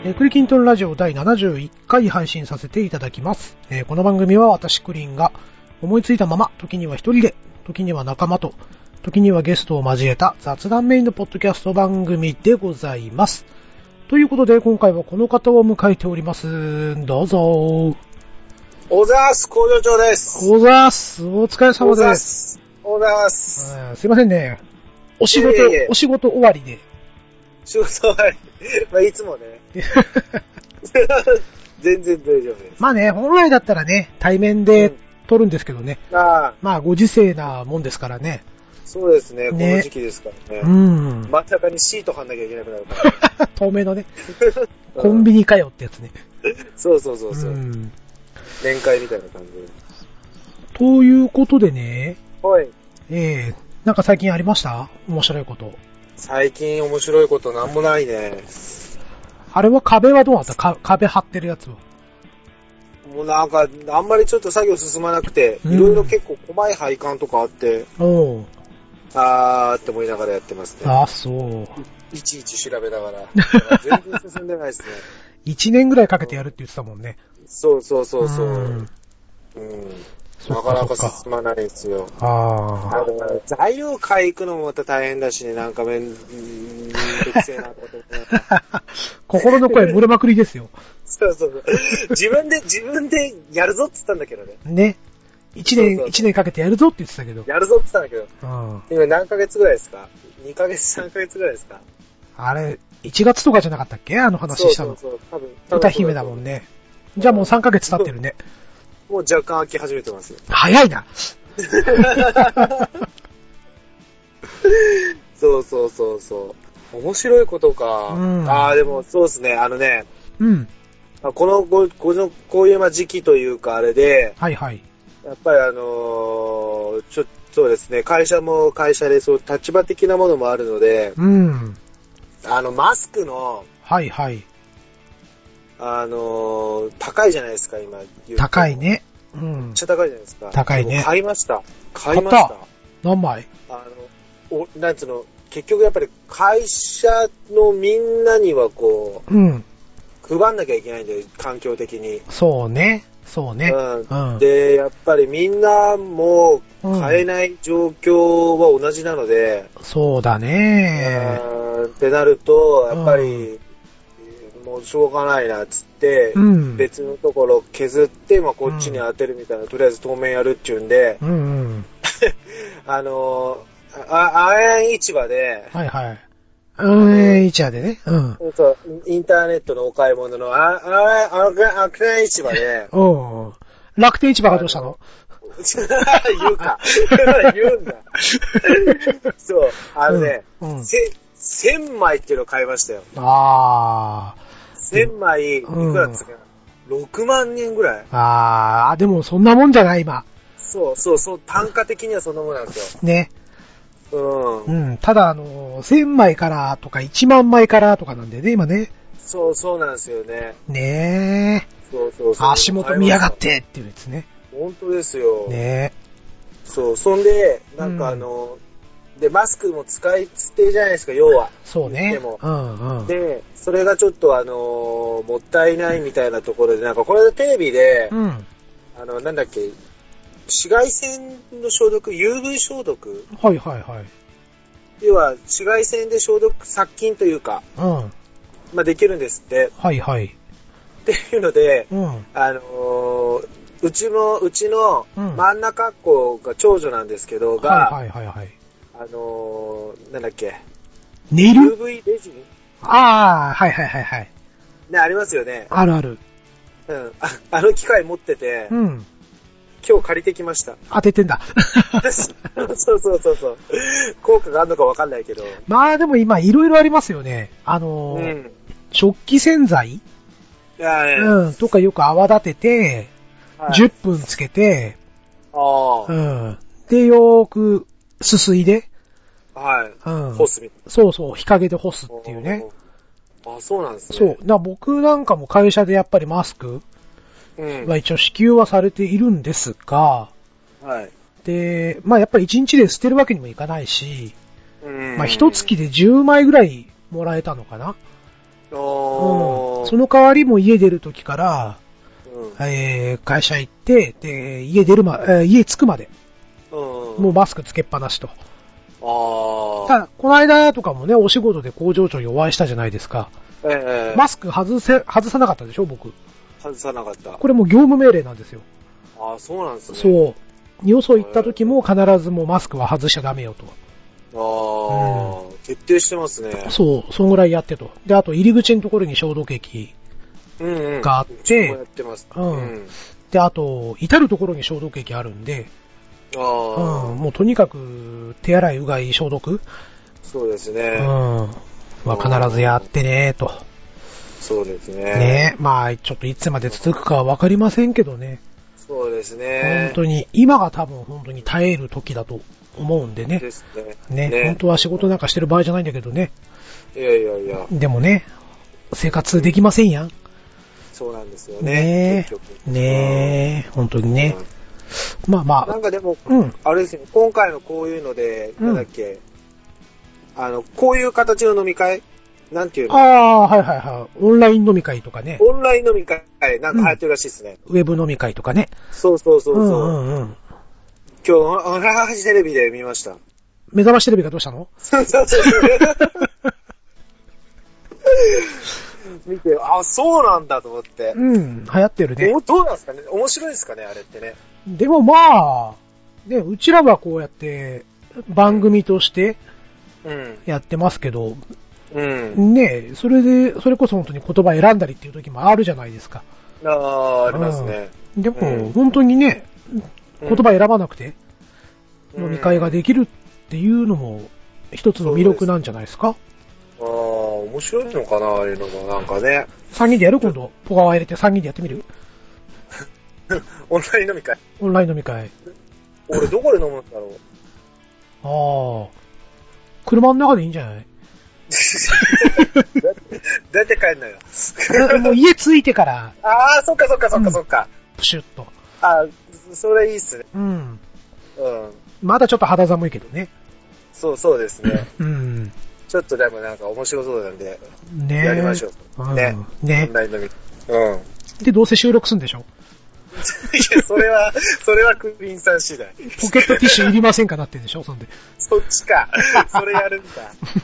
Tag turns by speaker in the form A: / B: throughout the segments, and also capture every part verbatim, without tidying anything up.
A: えー、クリキントンラジオだいななじゅういっかい配信させていただきます。えー、この番組は私クリンが思いついたまま、時には一人で、時には仲間と、時にはゲストを交えた雑談メインのポッドキャスト番組でございます。ということで今回はこの方を迎えております。どうぞ。
B: おざーす、工場長です。
A: おざーす、お疲れ様です。
B: おざーす。
A: すいませんね。お仕事、いえいえお仕事終わりで。
B: 仕事終わり。まあ、いつもね。全然大丈夫です。
A: まあね、本来だったらね、対面で撮るんですけどね。うん、あまあ、ご時世なもんですからね。
B: そうですね、ねこの時期ですからね。うん。真ん中にシート貼んなきゃいけなくなるから。
A: 透明のね。コンビニかよってやつね。
B: そうそうそうそう。うん、面会みたいな感じで。
A: ということでね。
B: はい。
A: ええー、なんか最近ありました?面白いこと。
B: 最近面白いことなんもないね。
A: あれは壁はどうなった?か壁張ってるやつは。
B: もうなんか、あんまりちょっと作業進まなくて、いろいろ結構細い配管とかあって、おうあーって思いながらやってますね。
A: ああ、そう。
B: いちいち調べながら。全然進んでないですね。
A: 一年ぐらいかけてやるって言ってたもんね。
B: そうそうそうそう。うん。うんなかなか進まないですよ。ああ。材料買い行くのもまた大変だしね、なんかめん、めんどくせえなこと、ね。
A: 心の声漏れまくりですよ。
B: そうそうそう。自分で、自分でやるぞって言ったんだけどね。
A: ね。一年、そうそうそう一年かけてやるぞって言ってたけど。
B: やるぞって言ったんだけど。うん。今何ヶ月ぐらいですか ?に ヶ月、さんかげつぐらいですか
A: あれ、いちがつとかじゃなかったっけあの話したの。そうそうそう。多分。歌姫だもんね。じゃあもうさんかげつ経ってるね。
B: もう若干空き始めてますよ。
A: 早いな。
B: そうそうそうそう。面白いことか。うん、ああ、でもそうですね。あのね。うん。このご、この、こういうま時期というかあれで。はいはい。やっぱりあのー、ちょっとそうですね。会社も会社でそう立場的なものもあるので。うん。あの、マスクの。はいはい。あのー、高いじゃないですか、今。
A: 高いね。
B: うん。めっちゃ高いじゃないですか。
A: 高いね。
B: 買いました。買いました。
A: 何枚?
B: あの、お、なんつうの、結局やっぱり会社のみんなにはこう、うん。配んなきゃいけないんで、環境的に。
A: そうね。そうね。
B: うん。うん、で、やっぱりみんなも買えない状況は同じなので。
A: うん、そうだね。
B: うん。ってなると、やっぱり、うんもうしょうがないなっつって、うん、別のところ削って、まあ、こっちに当てるみたいな、うん、とりあえず当面やるっていうんで、うんうん、あのー、あ、あえん市場で、はいはい。
A: あえん市場でね、うん。
B: そう、インターネットのお買い物の、あ、あ、あ、あえん市場で、
A: お楽天市場がどうしたの
B: 言うか。言うんだ。そう、あのね、うんうん、せ、千枚っていうのを買いましたよ。ああ。千枚、いくらですか、うん、ろくまんえんぐらい。
A: ああ、でもそんなもんじゃない今。
B: そうそうそう、単価的にはそんなもんなんですよ。ね。
A: うん。うん。ただあの、千枚からとかいちまんまいからとかなんだよね、今ね。
B: そうそうなんですよね。
A: ねえ。そうそうそう。足元見やがってっていうやつね。
B: 本当ですよ。ねえ。そう、そんで、なんかあの、うんで、マスクも使い捨てじゃないですか、要は。
A: そうね。
B: でも、うんうん。で、それがちょっとあのー、もったいないみたいなところで、なんかこれでテレビで、うん、あの、なんだっけ、紫外線の消毒、ユーブイ 消毒。
A: はいはいはい。
B: 要は、紫外線で消毒、殺菌というか、うん。まあ、できるんですって。はいはい。っていうので、うん、あのー、うちの、うちの真ん中っ子が長女なんですけど、が、はいはいはいはい。あのー、なんだっけ。
A: ネイル
B: ユーブイ レジン
A: ああ、はいはいはいはい。
B: ね、ありますよね。
A: あるある。
B: うん。あ, あの機械持ってて、うん。今日借りてきました。
A: 当ててんだ。
B: そうそうそうそう。効果があるのかわかんないけど。
A: まあでも今いろいろありますよね。あのー、うん、食器洗剤うん。とかよく泡立てて、はい、じゅっぷんつけて、あうん。で、よーく、すすいで。
B: はい。うん。干すみたいな。
A: そうそう、日陰で干すっていうね。
B: あ、そうなんですね。
A: そう。だ僕なんかも会社でやっぱりマスクは一応支給はされているんですが、はい。で、まあやっぱり一日で捨てるわけにもいかないし、うん。まあ一月でじゅうまいぐらいもらえたのかな。うん。 その代わりも家出るときから、うん、えー、会社行って、で、家出るま、えー、家着くまで、うん、もうマスクつけっぱなしと。あただ、この間とかもね、お仕事で工場長にお会いしたじゃないですか。えー、マスク外せ、外さなかったでしょ、僕。
B: 外さなかった。こ
A: れも業務命令なんですよ。
B: ああ、そうなんですね。
A: そう。よそ行った時も必ずもうマスクは外しちゃダメよと。
B: ああ、うん、徹底してますね。
A: そう、そんぐらいやってと。で、あと入り口のところに消毒液があって、うんうん、やってます。うん。うん、で、あと、至るところに消毒液あるんで、あうん、もうとにかく手洗い、うがい、消毒。
B: そうですね。
A: うん。は必ずやってねと。
B: そうですね。
A: ね、まあちょっといつまで続くかはわかりませんけどね。
B: そうですね。
A: 本当に今が多分本当に耐える時だと思うんでね。
B: です
A: ね。ね、本当は仕事なんかしてる場合じゃないんだけどね。
B: いやいやいや。
A: でもね、生活できませんやん。
B: そうなんですよね。
A: ねえ。ねえ、本当にね。うん、まあまあ。
B: なんかでも、うん、あれですね、今回のこういうので、なんだっけ、うん、あの、こういう形の飲み会なんていうの
A: ああ、はいはいはい。オンライン飲み会とかね。
B: オンライン飲み会、なんか流行ってるらしいですね。
A: うん、ウェブ飲み会とかね。
B: そうそうそうそう。うんうんうん、今日、オンラインテレビで見ました。
A: 目覚ましテレビがどうしたの
B: そうそうそう。見て、あ、そうなんだと思って。
A: うん、流行ってるね。
B: どうなんですかね面白いですかねあれってね。
A: でもまあ、ね、うちらはこうやって番組としてやってますけど、うん、ねそれで、それこそ本当に言葉選んだりっていう時もあるじゃないですか。
B: ああ、ありますね。
A: うん、でも、うん、本当にね、言葉選ばなくて飲み会ができるっていうのも一つの魅力なんじゃないですか。
B: ああ、面白いのかなああいうのもなんかね。
A: さんにんでやる今度、ポガワ入れてさんにんでやってみる
B: オンライン飲み会。
A: オンライン飲み会。
B: 俺どこで飲むんだろ
A: う。ああ。車の中でいいんじゃない
B: どうやって帰んのよ。
A: もう家着いてから。
B: ああ、そっかそっかそっかそっか。
A: プシュッと。
B: ああ、それいいっすね。
A: うん。うん。まだちょっと肌寒いけどね。
B: そうそうですね。
A: うん。
B: ちょっとでもなんか面白そうなんで。ねやりましょう。ね。
A: ね。
B: オンライン飲み。うん。
A: で、どうせ収録すんでしょ
B: いや、それは、それはクリーンさん次第。
A: ポケットティッシュいりませんかなってんでしょそんで。
B: そっちか。それやるんだ。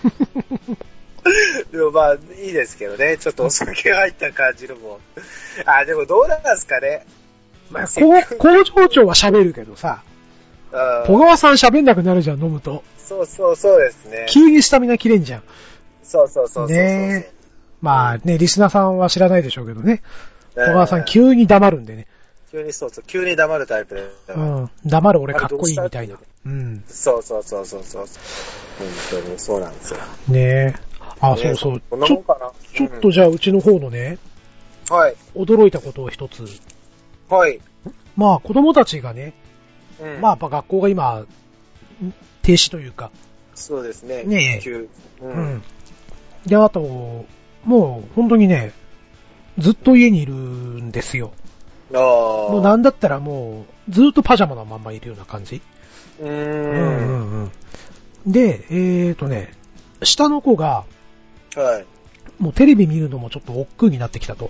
B: でもまあ、いいですけどね。ちょっとお酒が入った感じのも。あ、でもどうなんですかね。
A: まあ、工場長は喋るけどさ、小川さん喋んなくなるじゃん、飲むと。
B: そうそうそうですね。
A: 急にスタミナ切れんじゃん。
B: そうそうそうそうそう。
A: ねえ。まあね、リスナーさんは知らないでしょうけどね。小川さん急に黙るんでね。
B: 急にそうそう、急に黙るタイプで。
A: うん。黙る俺かっこいいみたいな。うん。
B: そうそうそうそうそう。本当にそうなんですよ。
A: ねえ。あ、そうそう。
B: こんなもんかな。
A: ちょっとじゃあうちの方のね。
B: はい。
A: 驚いたことを一つ。
B: はい。
A: まあ子供たちがね、うん、まあやっぱ学校が今、停止というか。
B: そうですね。
A: ねえ。うん。うん。で、あと、もう本当にね、ずっと家にいるんですよ。ああ。もうなんだったらもう、ずっとパジャマのまんまいるような感じ。うーん。うんうんうん。で、えーとね、下の子が、はい。もうテレビ見るのもちょっと億劫になってきたと。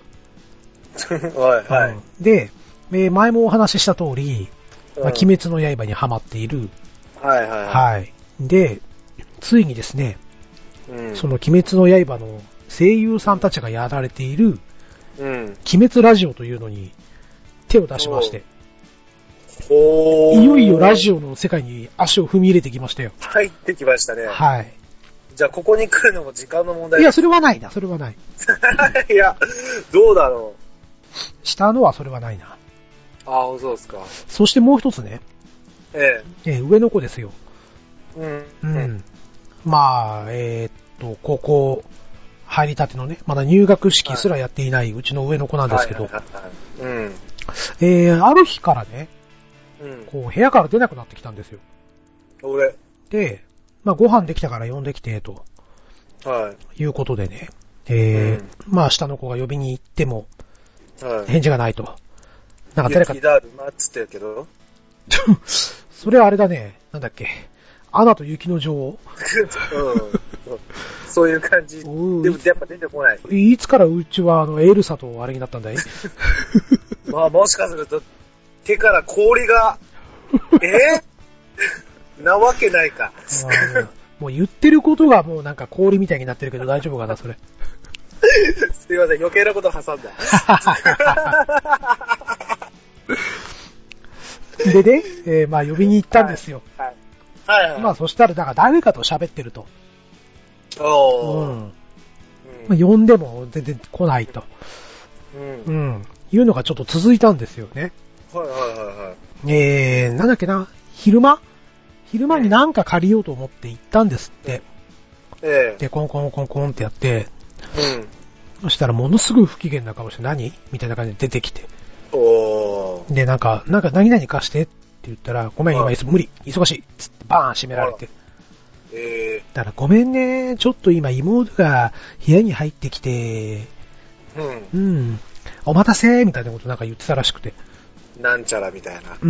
B: はいはい。
A: で、前もお話しした通り、まあ、鬼滅の刃にハマっている。
B: はいはいはい。
A: はい。で、ついにですね、うん、その鬼滅の刃の声優さんたちがやられている、うん、鬼滅ラジオというのに手を出しまして。おいよいよラジオの世界に足を踏み入れてきましたよ。
B: 入ってきましたね。
A: はい。
B: じゃあここに来るのも時間の問題です。
A: いや、それはないな、それはない。
B: いや、どうだろう。
A: 下のはそれはないな。
B: ああ、そうですか。
A: そしてもう一つね。
B: ええ。
A: ええ、上の子ですよ。
B: うん。
A: うん。まあ、えー、っと、高校入りたてのね、まだ入学式すらやっていないうちの上の子なんですけど。はいはいはいはい、うん。えー、ある日からね、うん、こう部屋から出なくなってきたんですよ。
B: 俺。
A: で、まあご飯できたから呼んできて、と。はい。いうことでね。えー、うん、まあ下の子が呼びに行っても、はい。返事がないと。
B: なんか誰か。雪だるまっつってるけど。
A: それはあれだね。なんだっけ。 アナと雪の女王。うん。
B: そういう感じ。でもやっぱ出てこない。
A: いつからうちはあのエルサとあれになったんだい？
B: まあもしかすると手から氷が、えー、なわけないか。
A: もう言ってることがもうなんか氷みたいになってるけど大丈夫かなそれ。
B: すいません、余計なこと挟んだ。
A: でね、えー、まあ呼びに行ったんですよ。
B: はい。はいはいはい、
A: まあそしたらなんか誰かと喋ってると。
B: おー。
A: うん。まあ、呼んでも全然来ないと。うん。うん。いうのがちょっと続いたんですよね。
B: はいはいはいはい。
A: えー、なんだっけな、昼間昼間になんか借りようと思って行ったんですって。
B: ええ。
A: で、コンコンコンコンってやって、
B: うん。
A: そしたらものすごい不機嫌な顔して何みたいな感じで出てきて。
B: おー。
A: で、なんか、なんか何々貸してって言ったら、ごめん今無理、忙しいつってバーン閉められて。
B: え
A: だからごめんね、ちょっと今妹が部屋に入ってきて、
B: うん。
A: うん。お待たせみたいなことなんか言ってたらしくて。
B: なんちゃらみたいな。
A: うん。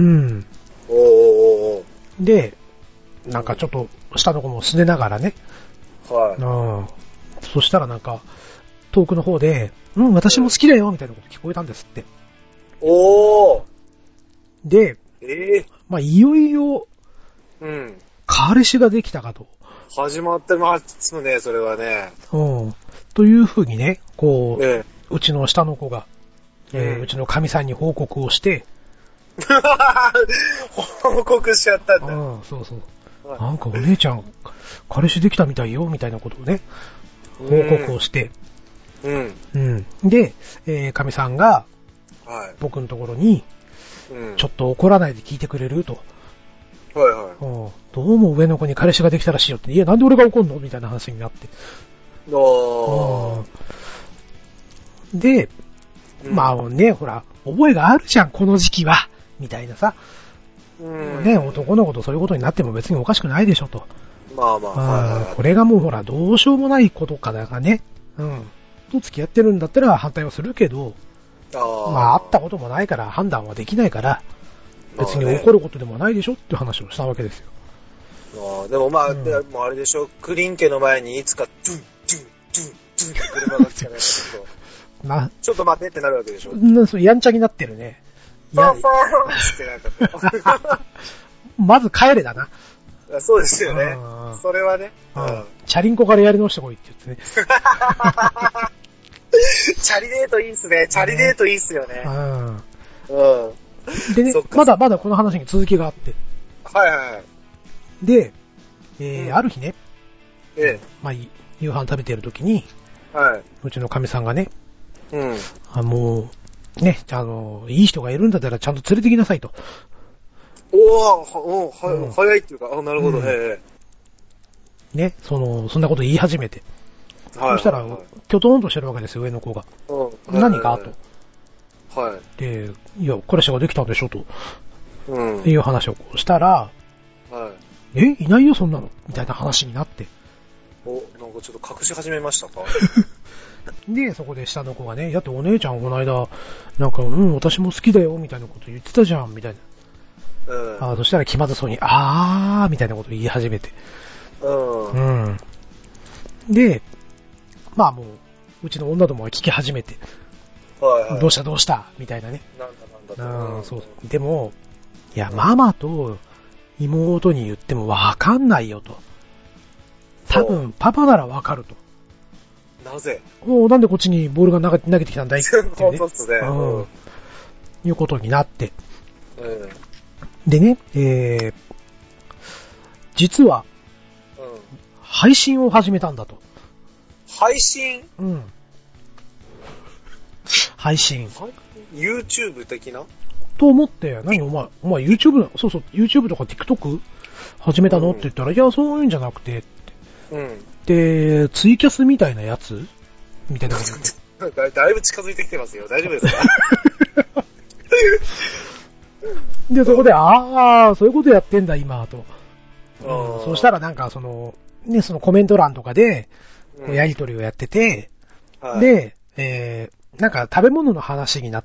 B: おーお
A: ーで、なんかちょっと下の子もすねながらね。
B: はい。
A: うん。そしたらなんか、遠くの方で、うん、私も好きだよみたいなこと聞こえたんですって。
B: おー。
A: で、
B: えー、
A: まあ、いよいよ、
B: うん。
A: 彼氏ができたかと。
B: 始まってますね、それはね。
A: うん。というふうにね、こう、
B: ね、
A: うちの下の子が、えーうん、うちの神さんに報告をして、
B: 報告しちゃったんだ。
A: うん、そうそう。はい、なんかお姉ちゃん、彼氏できたみたいよ、みたいなことをね、報告をして、
B: うん。
A: うん。で、えー、神さんが、
B: はい、
A: 僕のところに、
B: うん、
A: ちょっと怒らないで聞いてくれると。
B: はいはい。
A: うん、どうも上の子に彼氏ができたらしいよって、いや、なんで俺が怒んのみたいな話になって。
B: おー。
A: うん、で、うん、まあね、ほら、覚えがあるじゃん、この時期は。みたいなさ。うん、ね、男の子とそういうことになっても別におかしくないでしょと。
B: まあまあ、はいはい、
A: これがもうほら、どうしようもないことかだがね。うん。と付き合ってるんだったら反対はするけど、あまあ、会ったこともないから判断はできないから、別に怒ることでもないでしょっていう話をしたわけですよ。
B: あでもまあ、うん、でもあれでしょ、クリン家の前にいつか、ドゥン、ドゥン、ドゥン、ドゥンって車が来たらちょっと、なちょっと待ってってなるわけでしょ。
A: なそうやんちゃになってるね。
B: やファーファーってなんか
A: まず帰れだな。
B: そうですよね。それはね、
A: うん。チャリンコからやり直してこいって言ってね。
B: チャリデートいいっすね。チャリデートいいっすよね。
A: うん。うんでね、まだまだこの話に続きがあって。
B: はいはい。
A: で、えーうん、ある日ね、
B: ええ、
A: まあ、夕飯食べてる時に、
B: はい。
A: うちの神さんがね、
B: うん。
A: あもう、ね、あの、いい人がいるんだったらちゃんと連れてきなさいと。
B: おー、おー、は、うん、早いっていうか、あ、なるほど、うん、へえ。
A: ね、その、そんなこと言い始めて。
B: はい。
A: そしたら、きょとんとしてるわけですよ、上の子が。
B: うん。
A: 何かと。
B: はい。
A: で、いや、彼氏ができたんでしょと。
B: うん。
A: っていう話をこうしたら、
B: はい。
A: え、いないよ、そんなのみたいな話になって。
B: お、なんかちょっと隠し始めましたか
A: で、そこで下の子がね、だってお姉ちゃんこの間、なんか、うん、私も好きだよ、みたいなこと言ってたじゃん、みたいな。うん。あそしたら気まずそうに、あー、みたいなこと言い始めて。
B: うん。
A: うん。で、まあもう、うちの女どもは聞き始めて。
B: はいはい、
A: どうしたどうしたみたいなね。
B: なんだなんだと。
A: うん、そうそう。でも、いや、ママと妹に言ってもわかんないよと。多分、パパならわかると。
B: なぜ
A: もうなんでこっちにボールが投げ投げてきたんだいっていうね。
B: そうっすね。
A: うん。いうことになって。
B: うん。
A: でね、えー、実は、
B: うん、
A: 配信を始めたんだと。
B: 配信？
A: うん。配信。
B: YouTube 的な
A: と思って、何お前、お前 YouTube、そうそう、YouTube とか TikTok 始めたの、うん、って言ったら、いや、そういうんじゃなくて、
B: うん。
A: で、ツイキャスみたいなやつみたいなこ
B: とだ。だいぶ近づいてきてますよ。大丈夫ですか
A: で、そこで、あー、そういうことやってんだ、今、と。
B: うん、
A: そしたらなんか、その、ね、そのコメント欄とかで、こうやりとりをやってて、
B: うん、
A: で、えー、なんか食べ物の話になって、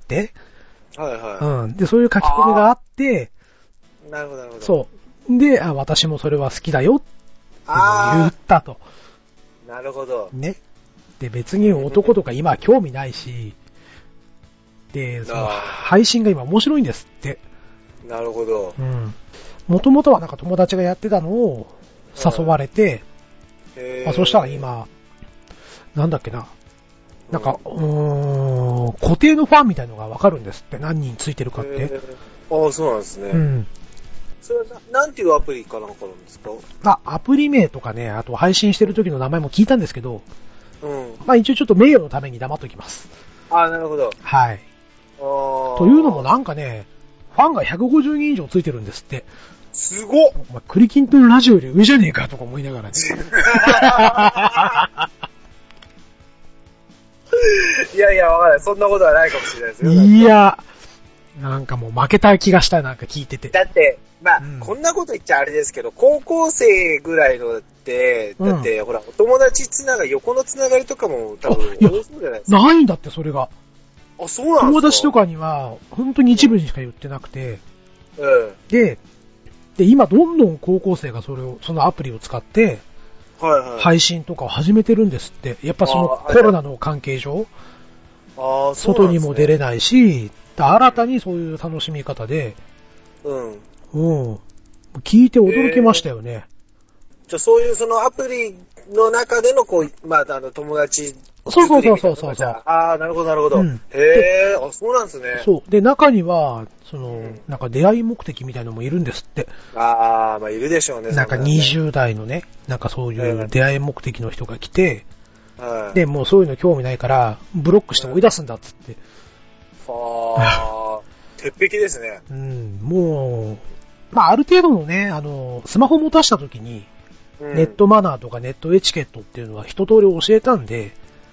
B: はいはい。
A: うん。で、そういう書き込みがあって、
B: なるほどなるほど。
A: そで、あ、私もそれは好きだよって言ったと。
B: なるほど。
A: ね。で、別に男とか今興味ないし、で、その配信が今面白いんですって。
B: なるほど。
A: うん。もともとはなんか友達がやってたのを誘われて、うん、まあ、そしたら今、なんだっけな。なんか、うーん、固定のファンみたいのがわかるんですって。何人ついてるかって。
B: ああ、そうなんですね。
A: うん。
B: それはな、なんていうアプリかなんかなんですか？
A: あ、アプリ名とかね、あと配信してる時の名前も聞いたんですけど、
B: うん。
A: まあ一応ちょっと名誉のために黙っときます。
B: ああ、なるほど。
A: はい。
B: ああ。
A: というのもなんかね、ファンがひゃくごじゅうにん以上ついてるんですって。
B: すごっ！
A: お前クリキントンラジオより上じゃねえかとか思いながらね。
B: いやいや、わかんない。そんなことはないかもしれないですよ。
A: いや、なんかもう負けた気がした、なんか聞いてて。
B: だって、まあ、うん、こんなこと言っちゃあれですけど、高校生ぐらいのって、だって、うん、ほら、お友達つながり、横のつながりとかも多分、多そうじゃないですか。
A: ないんだって、それが。
B: あ、そうなんですか？
A: 友達とかには、本当に一部にしか言ってなくて、
B: うん。
A: で、で、今どんどん高校生がそれを、そのアプリを使って、
B: はいはい、
A: 配信とかを始めてるんですって。やっぱそのコロナの関係上、
B: あ、
A: 外にも出れないし、新たにそういう楽しみ方で、
B: うん。
A: うん。聞いて驚きましたよね。
B: えー、じゃあそういうそのアプリの中でのこう、まあ、あの友達
A: そうそうそうそうそうそう。
B: ああ、なるほどなるほど。うん、へえ、あ、そうなんですね。
A: そう。で、中には、その、うん、なんか出会い目的みたいなのもいるんですって。
B: ああ、まあいるでしょうね。
A: なんかにじゅう代のね、なんかそういう出会い目的の人が来て、はい、で、もうそういうの興味ないから、ブロックして追い出すんだっつって。
B: はあ、鉄壁ですね。
A: うん、もう、まあある程度のね、あの、スマホ持たした時に、うん、ネットマナーとかネットエチケットっていうのは一通り教えたんで、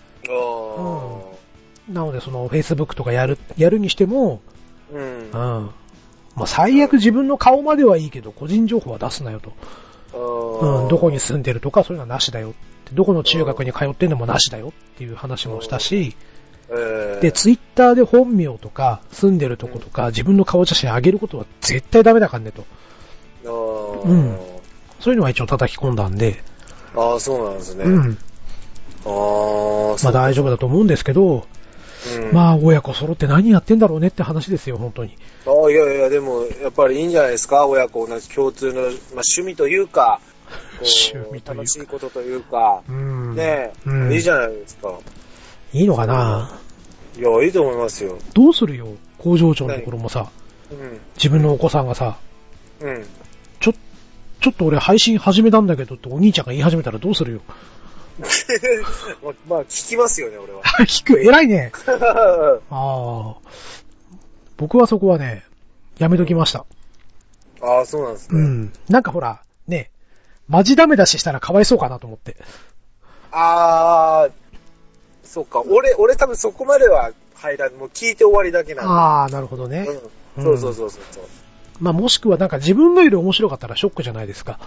A: うん、なのでその Facebook とかやる、やるにしても、うん。うん。まあ最悪自分の顔まではいいけど、個人情報は出すなよと。うん。どこに住んでるとかそういうのはなしだよって。どこの中学に通ってんのもなしだよっていう話もしたし、で、ツイッターで本名とか、住んでるとことか、自分の顔写真上げることは絶対ダメだからねと。うん。そういうのは一応叩き込んだんで。
B: ああ、そうなんですね。
A: うん。
B: ああ、
A: まあ大丈夫だと思うんですけど、うん、まあ親子揃って何やってんだろうねって話ですよ、本当に。
B: ああ、いやいや、でもやっぱりいいんじゃないですか、親子同じ共通の、まあ、趣味というか、
A: 趣味というか
B: 楽しいことというか、うん、ねえ、うん、いいじゃないですか。
A: いいのかな？
B: いや、いいと思いますよ。
A: どうするよ、工場長のところもさ、うん、自分のお子さんがさ、うん、ちょ、ちょっと俺配信始めたんだけどってお兄ちゃんが言い始めたらどうするよ。
B: ま, まあ聞きますよね、俺は。
A: 聞く、偉いね。ああ、僕はそこはね、やめときました。
B: ああ、そうなんですね。
A: うん。なんかほら、ね、マジダメ出ししたらかわいそうかなと思って。
B: ああ、そうか。俺、俺多分そこまでは入らん。もう聞いて終わりだけなんで。
A: ああ、なるほどね。
B: うん。そうそうそうそう。うん、
A: まあもしくはなんか自分のより面白かったらショックじゃないですか。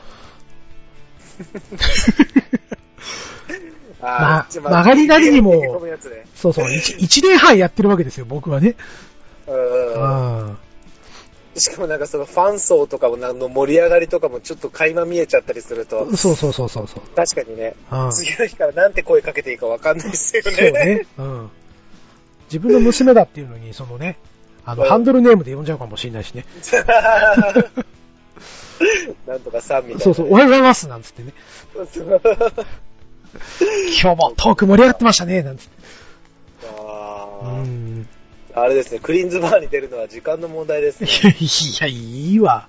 A: まあ、曲がりなりにも、ね、そうそう、一, 一年半やってるわけですよ、僕はね。
B: うん。しかもなんかそのファン層とかもの盛り上がりとかもちょっと垣間見えちゃったりすると。
A: そうそうそうそう。
B: 確かにね。うん、次の日からなんて声かけていいかわかんないですよね。
A: そうね。うん。自分の娘だっていうのに、そのね、あの、うん、ハンドルネームで呼んじゃうかもしれないしね。
B: なんとかさんみたいな、ね。
A: そうそう、おはようございますなんつってね。今日もトーク盛り上がってましたね、なんつって。
B: あ
A: ー、うん、
B: あれですね、クリーンズバーに出るのは時間の問題ですね。
A: いや、いいわ。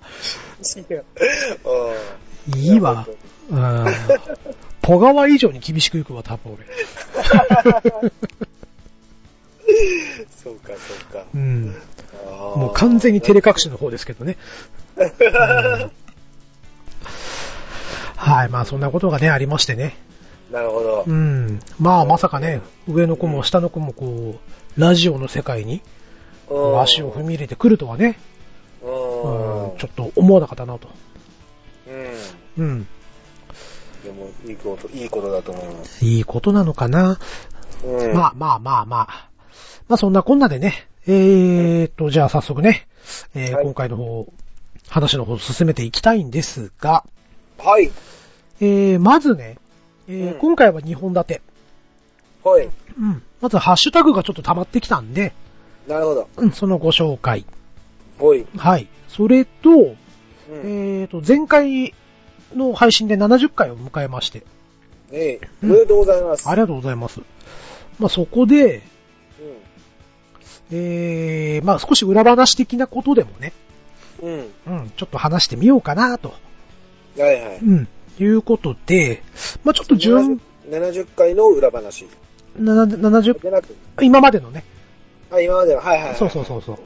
A: いいわ。うん。ポガワ以上に厳しくいくわ、多分俺。
B: そうか、そうか。
A: うん。もう完全に照れ隠しの方ですけどね。うん、はい、まあそんなことがね、ありましてね。
B: なるほど。
A: うん。まあまさかね、上の子も下の子もこう、ラジオの世界に、足を踏み入れてくるとはね、うん、ちょっと思わなかったなと。うん。うん。
B: でも、いいこと、いいことだと思います。
A: いいことなのかな。うん、まあまあまあまあ。まあそんなこんなでね、えーっと、じゃあ早速ね、えーはい、今回の方、 話の方を進めていきたいんですが、
B: はい。
A: えー、まずね、えーうん、今回はにほん立て。
B: はい。
A: うん。まずハッシュタグがちょっと溜まってきたんで、
B: なるほど。
A: うん、そのご紹介。
B: はい。
A: はい。それと、うん、えっと、前回の配信でななじゅっかいを迎えまして。
B: ええ、おめでとうございます、
A: うん。ありがとうございます。まあ、そこで、うん、えー、まあ、少し裏話的なことでもね、うん。うん、ちょっと話してみようかなと。
B: はいはい。
A: うん。いうことで、まあ、ちょっと順、
B: ななじゅっかいの裏話。
A: ななじゅう、今までのね。
B: あ、今までの、はいはい、はい。
A: そうそうそうそう。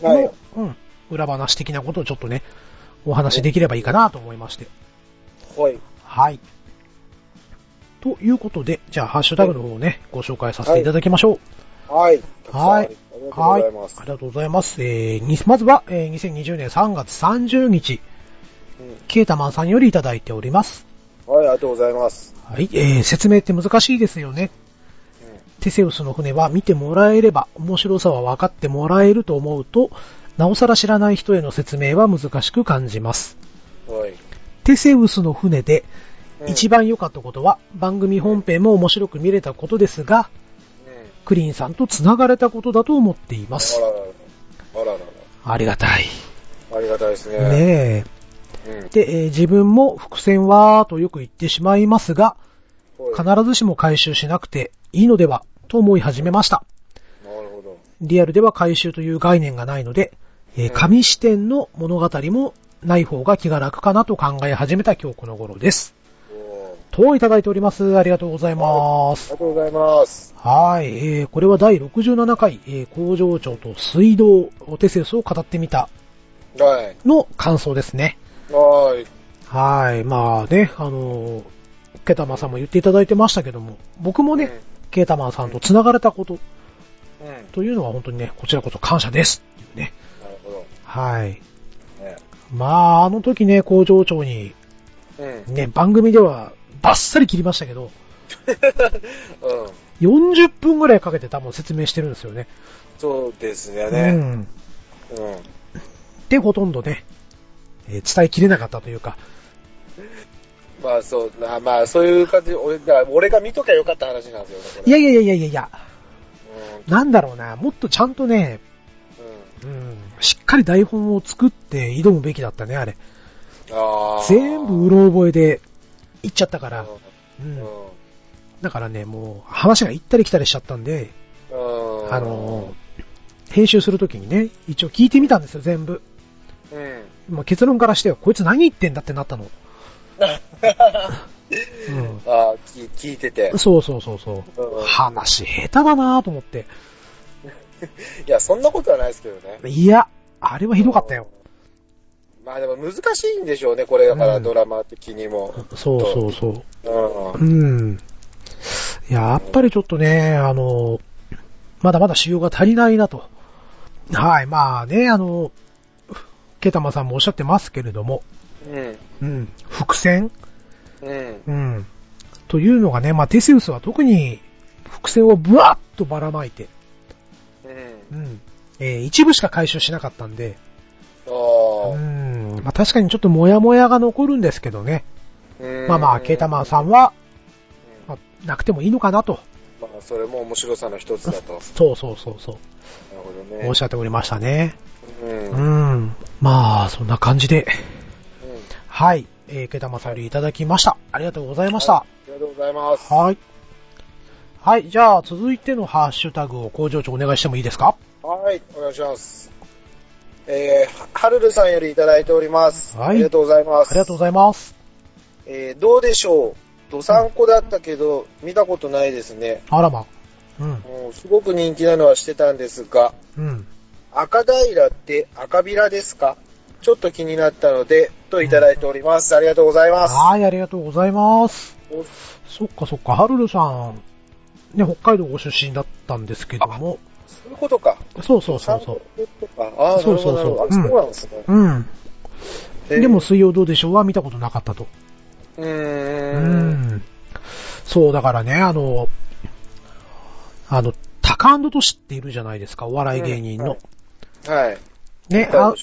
A: はい。うん。裏話的なことをちょっとね、お話できればいいかなと思いまして。
B: はい。
A: はい。ということで、じゃあ、ハッシュタグの方をね、ご紹介させていただきましょ
B: う。はい。
A: はい。
B: ありがとうございます。
A: ありがとうございます。えー、まずは、えー、にせんにじゅうねんさんがつさんじゅうにち、うん、ケータマンさんよりいただいております。
B: はい、ありがとうございます。
A: はい、えー、説明って難しいですよね。うん、テセウスの船は見てもらえれば、面白さは分かってもらえると思うと、なおさら知らない人への説明は難しく感じます。はい、テセウスの船で、一番良かったことは、うん、番組本編も面白く見れたことですが、うん、クリーンさんと繋がれたことだと思っています。あららら。あららら。ありがたい。
B: ありがたいですね。
A: ねえ。うん、で、えー、自分も伏線はとよく言ってしまいますが、必ずしも回収しなくていいのではと思い始めました。
B: なるほど。
A: リアルでは回収という概念がないので、えー、紙視点の物語もない方が気が楽かなと考え始めた今日この頃です。といただいております。ありがとうございます。
B: ありがとうございます。
A: はい、えー、これはだいろくじゅうななかい、えー、工場長と水道テセウスを語ってみたの感想ですね。
B: はい。
A: はい。まあね、あのー、ケタマンさんも言っていただいてましたけども、僕もね、うん、ケタマンさんと繋がれたこと、うん、というのは本当にね、こちらこそ感謝ですっていうね。
B: なるほど。
A: はい。ね、まあ、あの時ね、工場長に、うん、ね、番組ではバッサリ切りましたけど、うん、よんじゅっぷんぐらいかけて多分説明してるんですよね。
B: そうですね。
A: うん。うん。で、ほとんどね、えー、伝えきれなかったというか。
B: まあそう、まあそういう感じで、俺が、俺が見ときゃよかった話なんですよね。
A: いやいやいやいやいやいや、うん、なんだろうな、もっとちゃんとね、うん、うん、しっかり台本を作って挑むべきだったね、あれ。あ全部うろ覚えで言っちゃったから、うん、うん、だからね、もう話が行ったり来たりしちゃったんで、あのー、編集するときにね、一応聞いてみたんですよ、全部。うん、まあ、結論からしてはこいつ何言ってんだってなったの。うん、
B: あ聞いてて。
A: そうそうそうそう、うん、話下手だなぁと思って。
B: いやそんなことはないですけどね。
A: いやあれはひどかったよ。
B: まあでも難しいんでしょうね、これだからドラマ的にも。
A: うん、そうそうそう。うん。うん。やっぱりちょっとね、あのまだまだ仕様が足りないなと。はい、まあね、あの。ケタマさんもおっしゃってますけれども、うん。うん。伏線、うん。うん。というのがね、まあ、テセウスは特に伏線をブワッとばらまいて、うん。うん。えー、一部しか回収しなかったんで、あうん。まあ、確かにちょっとモヤモヤが残るんですけどね。うんまあまあ、ケタマさんは、まあ、なくてもいいのかなと。
B: まあ、それも面白さの一つだと。
A: そうそうそうそう。
B: なるほどね。
A: おっしゃっておりましたね。
B: うん。
A: うん。まあ、そんな感じで。うん、はい。えー、ケタマさんよりいただきました。ありがとうございました。
B: はい、ありがとうございます。
A: はい。はい。じゃあ、続いてのハッシュタグを工場長お願いしてもいいですか？
B: はい。お願いします。えー、はるるさんよりいただいております。はい。ありがとうございます。
A: ありがとうございます。
B: えー、どうでしょう。どさんこだったけど、うん、見たことないですね。
A: あらま。
B: うん。もうすごく人気なのはしてたんですが、うん。赤平って赤ビラですか？ちょっと気になったので、といただいております。うん、ありがとうございます。
A: はい、ありがとうございます。そっかそっか、はるるさん、ね、北海道ご出身だったんですけども。
B: そういうことか。
A: そうそうそうそう。
B: ああ、そうそうそう。あ、そうなんですね。
A: うん。でも、水曜どうでしょうは見たことなかったと。
B: うーん。うん。
A: そう、だからね、あの、あの、タカアンドトシっているじゃないですか、お笑い芸人の。
B: うん、はい。はい。
A: ね、あ、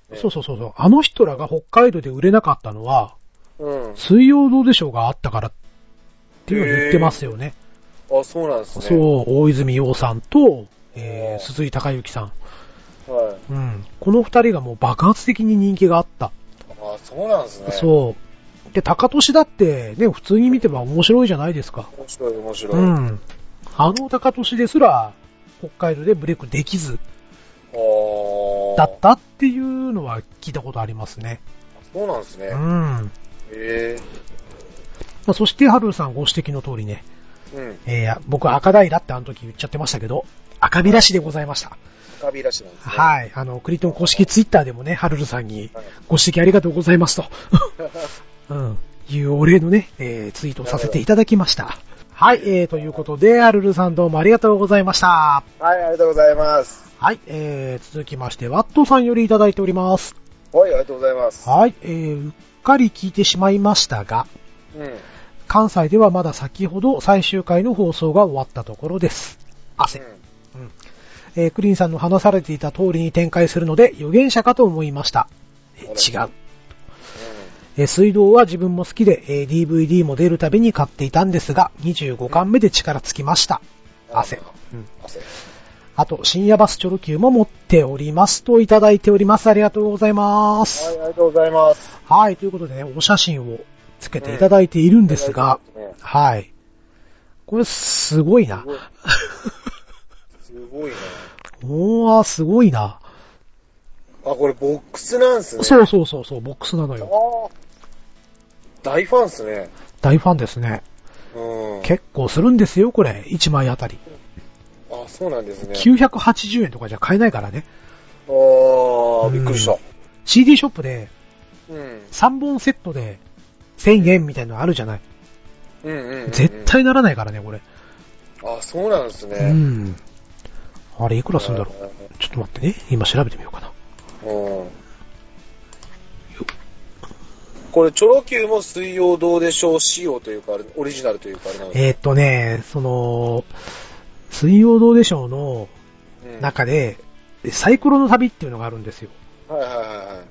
B: ね。
A: そうそうそうそう。あの人らが北海道で売れなかったのは、
B: うん。
A: 水曜どうでしょうがあったからっていうのを言ってますよね。
B: あ、そうなんですね。
A: そう、大泉洋さんと、えー、鈴井孝之さん。
B: はい。
A: うん。この二人がもう爆発的に人気があった。
B: あ、そうなんですね。
A: そう。で、高俊だってね、普通に見てば面白いじゃないですか。
B: 面白い面白い。
A: うん。あの高俊ですら、北海道でブレイクできず、だったっていうのは聞いたことありますね。
B: そうなんですね。
A: うん。
B: へえ。
A: まあ、そして、ハルルさんご指摘の通りね、うん、えー、僕は赤平ってあの時言っちゃってましたけど、赤平市でございました。
B: 赤平市なんですね。
A: はい。あの、クリトン公式ツイッターでもね、ハルルさんにご指摘ありがとうございますと。うん。いうお礼のね、えー、ツイートをさせていただきました。はい、えー、ということで、ハルルさんどうもありがとうございました。
B: はい、ありがとうございます。
A: はい、えー、続きまして、ワットさんよりいただいております。
B: はい、ありがとうございます。
A: はい、えー、うっかり聞いてしまいましたが、うん。関西ではまだ先ほど最終回の放送が終わったところです。汗。うん。うん、えー、クリンさんの話されていた通りに展開するので、予言者かと思いました。えー、違う。えー、水道は自分も好きで、えー、ディーブイディー も出るたびに買っていたんですが、にじゅうごかんめで力尽きました。うん、汗。うん。汗。あと、深夜バスチョロ Q も持っておりますといただいております。ありがとうございます。
B: はい、ありがとうございます。
A: はい、ということでね、お写真をつけていただいているんですが、うんね、はい。これすごいな。
B: すごいね。
A: おー、すごいな。
B: あ、これボックスなんすね。
A: そうそうそうそう、ボックスなのよ。
B: 大ファンっすね。
A: 大ファンですね。うん、結構するんですよ、これ。いちまいあたり。
B: あ、そうなんですね。
A: きゅうひゃくはちじゅうえんとかじゃ買えないからね。
B: あー、びっくりした。
A: シーディー ショップで、
B: うん、
A: さんぼんセットでせんえんみたいなのあるじゃない。
B: うんうんうんうん、
A: 絶対ならないからね、これ。
B: あ、そうなんですね。
A: うん。あれ、いくらするんだろう。ちょっと待ってね。今調べてみようかな。
B: うん。これ、チョロ Q も水曜どうでしょう仕様というか、オリジナルというか、あれなんですか？
A: えーっとね、その、水曜どうでしょうの中で、うん、サイクロの旅っていうのがあるんですよ。
B: はいはいはいはい。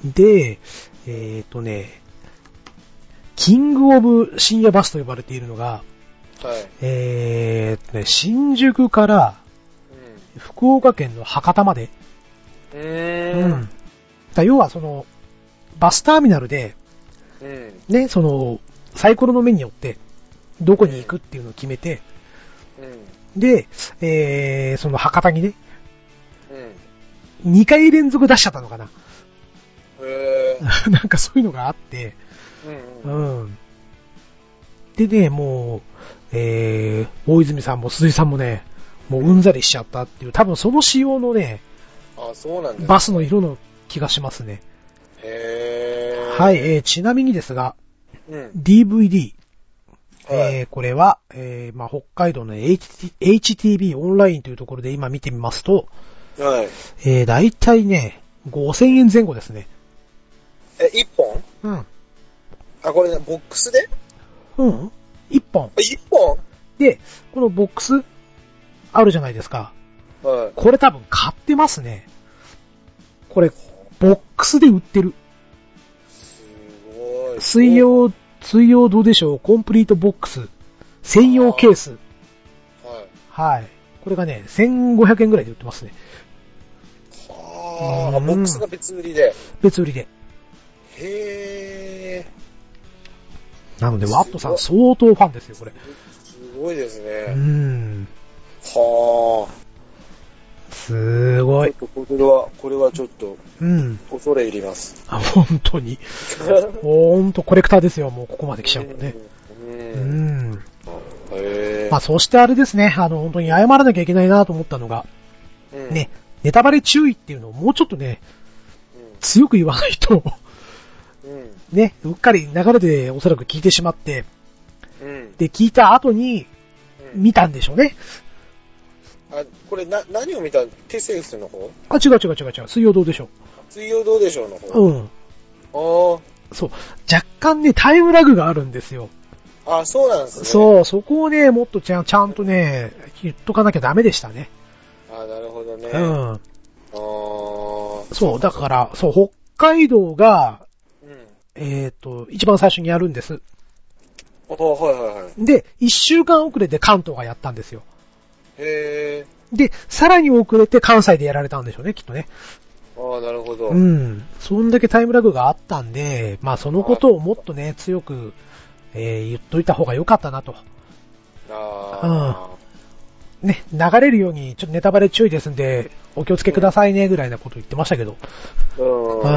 A: で、えーっとね、キングオブ深夜バスと呼ばれているのが、はい、えーっとね、新宿から福岡県の博多まで。
B: うーん。うん。
A: だ要はその、バスターミナルで、うん、ね、その、サイコロの目によって、どこに行くっていうのを決めて、うん、で、えー、その博多にね、うん、にかい連続出しちゃったのかな。
B: へー。
A: なんかそういうのがあって、うん、うんうん。でね、もう、えー、大泉さんも鈴井さんもね、もううんざりしちゃったっていう、多分その仕様のね、
B: あ、そうなんですね、
A: バスの色の気がしますね。
B: へー。
A: はい、えー、ちなみにですが、うん、ディーブイディー、はい、えー、これは、えー、まあ、北海道の エイチティービー オンラインというところで今見てみますと、はい、えー、だいたいね、ごせんえん前後ですね。
B: え、いっぽん？うん。あ、これね、ボックスで？
A: うん。いっぽん。
B: いっぽん？
A: で、このボックス、あるじゃないですか。はい。これ多分買ってますね。これ、ボックスで売ってる。
B: すごい。
A: 水曜、水曜どうでしょう、コンプリートボックス。専用ケース。はい。はい。これがね、せんごひゃくえんぐらいで売ってますね。
B: はあ、ボックスが別売りで。
A: 別売りで。
B: へー。
A: なので、ワットさん相当ファンですよ、これ。
B: すごいですね。
A: うん。
B: はあ。
A: すごい。
B: ちょっとこれは、これはちょっと、うん。恐れ入ります。
A: あ、本当に。本当コレクターですよ、もうここまで来ちゃうとね。うん。うん。へー。まあ、そしてあれですね、あの、本当に謝らなきゃいけないなと思ったのが、うん、ね、ネタバレ注意っていうのをもうちょっとね、うん、強く言わないと、うん、ね、うっかり流れでおそらく聞いてしまって、うん、で、聞いた後に、見たんでしょうね。
B: あ、これな、何を見た？テセウスの方？
A: あ、違う違う違う違う。水曜どうでしょう。
B: 水曜どうでしょうの方？
A: うん。ああ。そう。若干ね、タイムラグがあるんですよ。
B: あ、そうなんですね。
A: そう、そこをね、もっとちゃん、ちゃんとね、言っとかなきゃダメでしたね。
B: あ、なるほどね。
A: うん。あそう、だから、そう、北海道が、うん、えっと、一番最初にやるんです。
B: あ、はいはいはい。
A: で、一週間遅れで関東がやったんですよ。
B: へ
A: ー。で、さらに遅れて関西でやられたんでしょうね、きっとね。
B: ああ、なるほど。
A: うん。そんだけタイムラグがあったんで、まあそのことをもっとね、強く、えー、言っといた方が良かったなと。
B: ああ。
A: うん。ね、流れるように、ちょっとネタバレ注意ですんで、お気をつけくださいね、ぐらいなこと言ってましたけど。うん。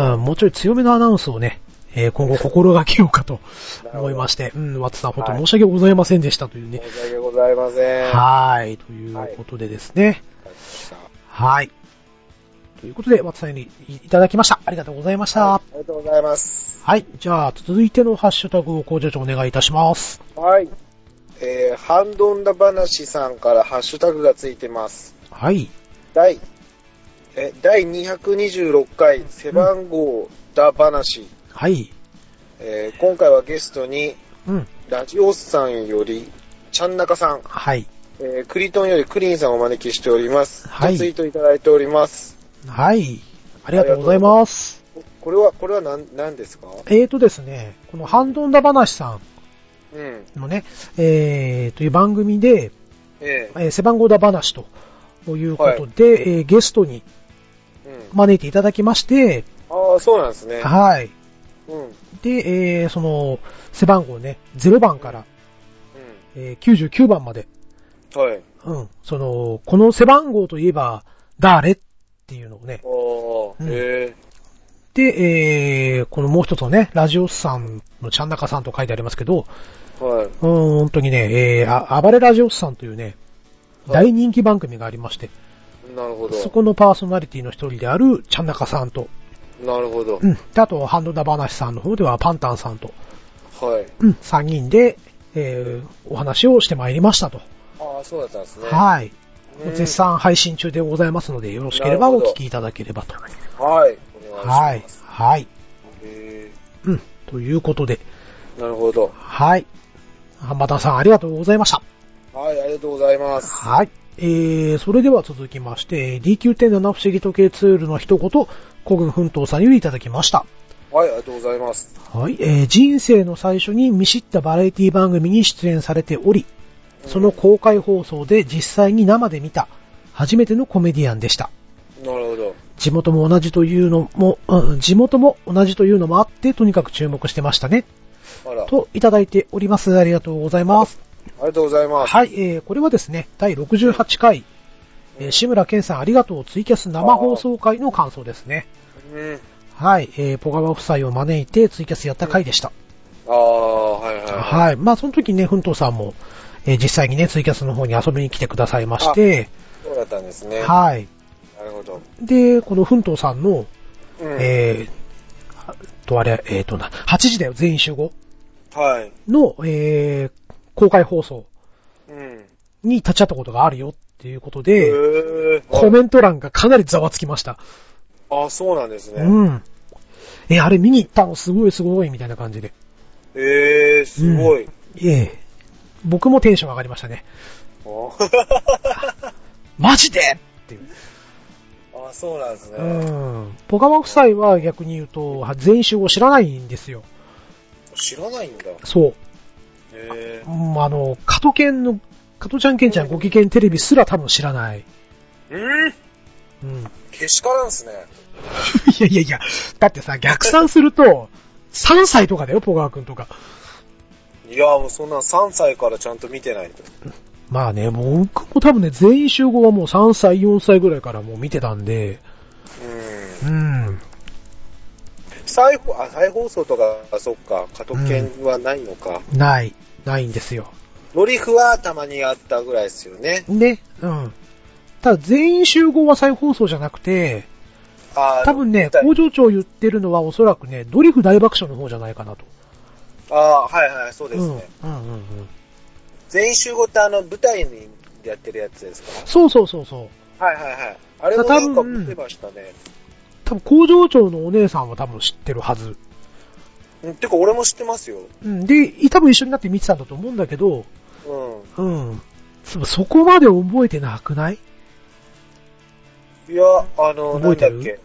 A: うん、もうちょい強めのアナウンスをね、えー、今後心がけようかと思いまして、うん、ワッツさん本当に申し訳ございませんでしたというね。
B: 申し訳ございません。
A: はい、ということでですね。はい。はいということで、ワッツさんにいただきました。ありがとうございました。はい、
B: ありがとうございます。
A: はい。じゃあ、続いてのハッシュタグを工場長お願いいたします。
B: はい。えー、ハンドンダ話さんからハッシュタグがついてます。
A: はい。
B: 第、え、第にひゃくにじゅうろっかい背番号ダ話。うん、
A: はい。
B: えー、今回はゲストに、うん、ラジオスさんより、ちゃんなかさん。
A: はい。
B: えー、クリトンよりクリーンさんをお招きしております。はい。ツイートいただいております。
A: はい。ありがとうございます。
B: これは、これは何、何ですか？
A: えーとですね、このハンドンダ話さんのね、うん、えーという番組で、えー、背番号ダ話ということで、はい、えー、ゲストに招いていただきまして、
B: うん、ああ、そうなんですね。
A: はい。うん、で、えー、その、背番号ね、ゼロばんから、うんえー、きゅうじゅうきゅうばんまで、
B: はい。
A: うん。その、この背番号といえば、誰っていうのをね。
B: ああ、うん、へー。
A: で、えー、このもう一つのね、ラジオスさんのちゃんなかさんと書いてありますけど、はい。うん、本当にね、えー、あ、暴れラジオスさんというね、はい、大人気番組がありまして、
B: なるほど。
A: そこのパーソナリティの一人であるちゃんなかさんと、
B: なるほど。
A: うん。で、あと、ハンドダ話さんの方ではパンタンさんと、
B: はい。
A: うん、さんにんで、えー、お話をしてまいりましたと。
B: ああ、そうだったんですね。
A: はい。絶賛配信中でございますので、よろしければお聞きいただければと。
B: はい。お願いします。はい。
A: はい。へー。うん。ということで。
B: なるほど。
A: はい。浜田さんありがとうございました。
B: はい、ありがとうございます。
A: はい。えー、それでは続きまして、ディーキューテンなな 不思議時計ツールの一言、古軍奮闘さんよりいただきました。
B: はい、ありがとうございます。
A: はい。えー、人生の最初に見知ったバラエティ番組に出演されており、その公開放送で実際に生で見た初めてのコメディアンでした。
B: なるほど。
A: 地元も同じというのも、うん、地元も同じというのもあってとにかく注目してましたね。あら。といただいております。ありがとうございます。
B: ありがとうございます。
A: はい、えー、これはですね、だいろくじゅうはちかい、えー、志村けんさんありがとうツイキャス生放送会の感想ですね。うん、はい、えー、ポガワ夫妻を招いてツイキャスやった回でした。
B: うん、ああ、はいはい。
A: はい。まあその時ね、奮闘さんも、えー、実際にね、ツイキャスの方に遊びに来てくださいまして、
B: そうだったんですね。
A: はい。
B: なるほど。
A: で、この奮闘さんの、うん、えー、とあれ、えーとな、はちじだよ、全員集合。
B: はい。
A: の、えー、公開放送に立ち会ったことがあるよっていうことで、うん、コメント欄がかなりざわつきました。
B: あ、そうなんですね。
A: うん。え、あれ見に行ったのすごいすごいみたいな感じで。
B: えー、すごい。うん、
A: ええ。僕もテンション上がりましたね。マジでっていう。
B: あ、そうなんですね。
A: うん。ポカワ夫妻は逆に言うと、全員集合知らないんですよ。
B: 知らないんだ。
A: そう。
B: へ
A: ー。うん、あの、加藤健の、加藤ちゃんケンちゃんご機嫌テレビすら多分知らない。
B: うん。うん。けしからんすね。
A: いやいやいや、だってさ、逆算すると、さんさいとかだよ、ポガワくんとか。
B: いや、もうそんなさんさいからちゃんと見てないと。
A: まあね、僕も多分ね、全員集合はもうさんさい、よんさいぐらいからもう見てたんで、うん。うん。
B: 再放、あ、再放送とか、あ、そっか、加藤犬はないのか、
A: うん。ない、ないんですよ。
B: ドリフはたまにあったぐらいですよね。
A: ね、うん。ただ全員集合は再放送じゃなくて、あ多分ね、工場長言ってるのはおそらくね、ドリフ大爆笑の方じゃないかなと。
B: ああ、はいはい、そうですね。
A: うん、うん、うんうん。
B: 全員集合ってあの舞台にやってるやつですか？
A: そうそうそうそう。
B: はいはいはい。あれもなんか見てましたね。
A: 多分工場長のお姉さんは多分知ってるはず。
B: うん、てか俺も知ってますよ。
A: うん。で、多分一緒になって見てたんだと思うんだけど、うん。うん。そこまで覚えてなくない？
B: いや、あの、なんだっけ。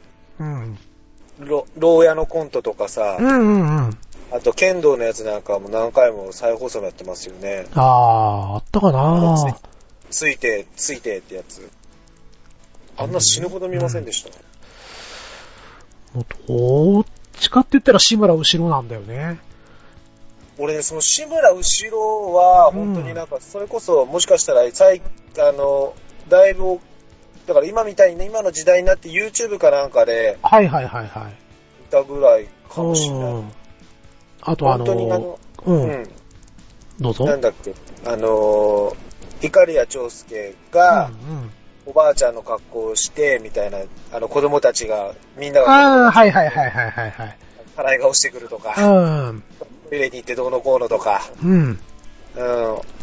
A: うん。
B: ろ牢屋のコントとかさ、
A: うんうんうん。
B: あと剣道のやつなんかも何回も再放送もやってますよね。
A: ああ、あったかな
B: つい、ついて、ついてってやつ。あんな死ぬほど見ませんでした。
A: うん、もうどっちかって言ったら志村後ろなんだよね。
B: 俺ね、その志村後ろは、本当になんか、それこそ、もしかしたら、最、あの、だいぶ、だから今みたいにね、今の時代になって YouTube かなんかで、
A: はいはいはいはい。
B: いたぐらいかもしれない。
A: あとあの、
B: 本当にあの、
A: うん。うん、どうぞ。
B: なんだっけ、あの、イカリア長介が、うんうん、おばあちゃんの格好をして、みたいな、あの、子供たちが、みんなが、
A: ああ、はいはいはいはいはいはい。
B: 払い顔してくるとか、うん。トイレに行ってどうのこうのとか、うん。うん。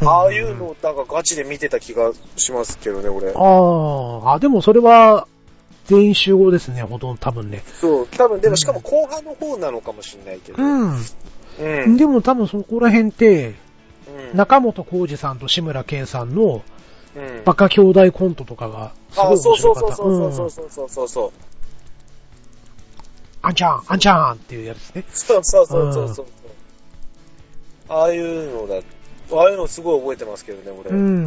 B: ああいうの、なんかガチで見てた気がしますけどね、俺。
A: ああ、でもそれは、全員集合ですね、ほとんど多分ね。
B: そう、多分、でもしかも後半の方なのかもしれないけど。うん。
A: うん。でも多分そこら辺って、うん、中本浩二さんと志村けんさんの、うん、バカ兄弟コントとかが、すごい面白かった。あ、そうそうそうそうそうそうそう。あんちゃん、あんちゃんっていうやつですね。
B: そうそうそうそうそう。うん、ああいうのだ、ああいうのすごい覚えてますけどね、俺。うん。うん。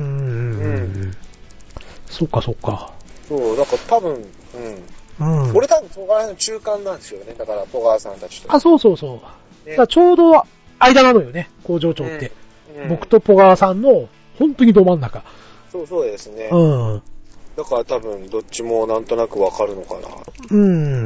A: そっかそっか。
B: そう、だから多分、うん。うん。俺多分そこら辺の中間なんですよね。だから、ポガーさんたちと。
A: あ、そうそうそう。ね、だからちょうど間なのよね、工場長って。うんうん、僕とポガーさんの、本当にど真ん中。
B: そうそうですね。うん。だから多分、どっちもなんとなくわかるのかな。
A: うん。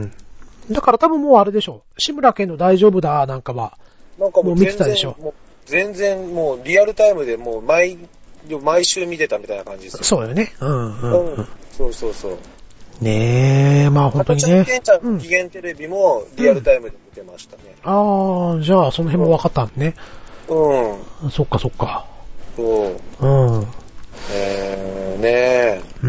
A: だから多分もうあれでしょう。志村けんの大丈夫だなんかは、
B: なんかもう見てたでしょ。もう全然もうリアルタイムでもう毎、毎週見てたみたいな感じですよ。
A: そうよね。うんうん、うん。
B: そうそうそう。
A: ねえ、まあ本当にね。
B: ケンちゃんの期限テレビもリアルタイムで見てましたね。
A: うん、ああ、じゃあその辺も分かったんね。うん。そっかそっか。そう。うん。
B: えー、ねえ。
A: うん、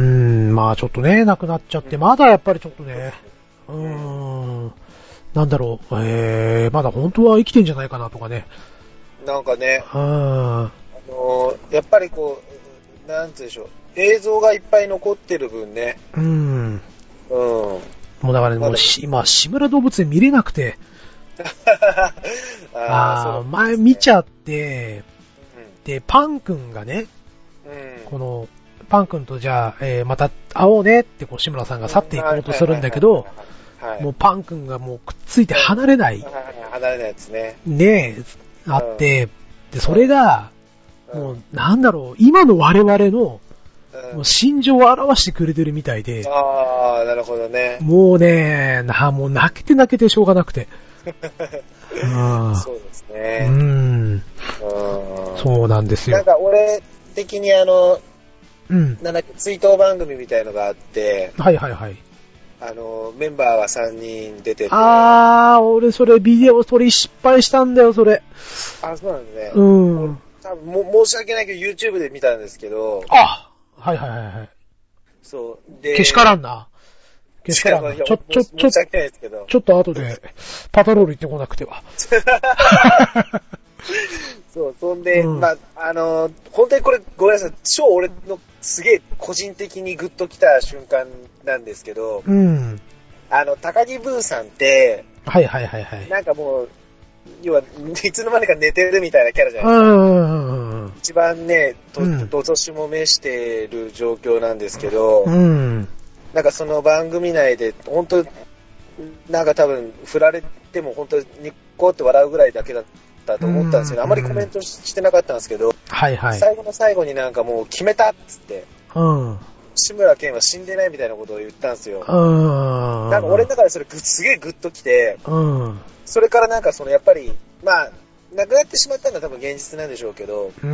A: まあちょっとね、亡くなっちゃって、まだやっぱりちょっとね。うーん。なんだろう、えー、まだ本当は生きてんじゃないかなとかね。
B: なんかね、
A: うん。あ
B: のー、やっぱりこう、なんて言うんでしょう、映像がいっぱい残ってる分ね。
A: うん。うん。もうだからね、もう今、志村動物園見れなくて。ああ、前見ちゃって、うん、で、パン君がね、うん、この、パン君とじゃあ、えー、また会おうねってこう志村さんが去っていこうとするんだけど、もうパン君がもうくっついて離れない。
B: 離れないですね。
A: ねえ、あって、で、それが、もうなんだろう、今の我々の、もう心情を表してくれてるみたいで。
B: ああ、なるほどね。
A: もうね、な、もう泣けて泣けてしょうがなくて。
B: そうですね。
A: うん。そうなんですよ。
B: なんか俺的にあの、うん、なんだっけ、追悼番組みたいのがあって、
A: はいはいはい。
B: あの、メンバーはさんにん出てて。
A: あー、俺それビデオ撮り失敗したんだよ、それ。
B: あ、そうなんですね。
A: うん。
B: 多分も、申し訳ないけど YouTube で見たんですけど。
A: あはいはいはいはい。そう。で、けしからんな。けしからんな。ちょ、ちょ、ちょ、ちょ、ちょっと後でパトロール行ってこなくては。
B: そう、そんで、うん、まあ、あのー、本当にこれ、ごめんなさい、超俺のすげえ個人的にグッときた瞬間なんですけど、うん。あの、高木ブーさんって、
A: はいはいはいはい。
B: なんかもう、要は、いつの間にか寝てるみたいなキャラじゃないですか。うんうんうん、一番ね、と、と年も召してる状況なんですけど、うん。なんかその番組内で、本当なんか多分、振られても本当にニッコって笑うぐらいだけだったと思ったんですけど、あまりコメントしてなかったんですけど、はいはい、最後の最後になんかもう決めたっつって、うん、志村けんは死んでないみたいなことを言ったんですよ。うん、なんか俺の中でそれすげえグッときて、うん、それからなんかそのやっぱり、まあ、亡くなってしまったのは多分現実なんでしょうけど、うん、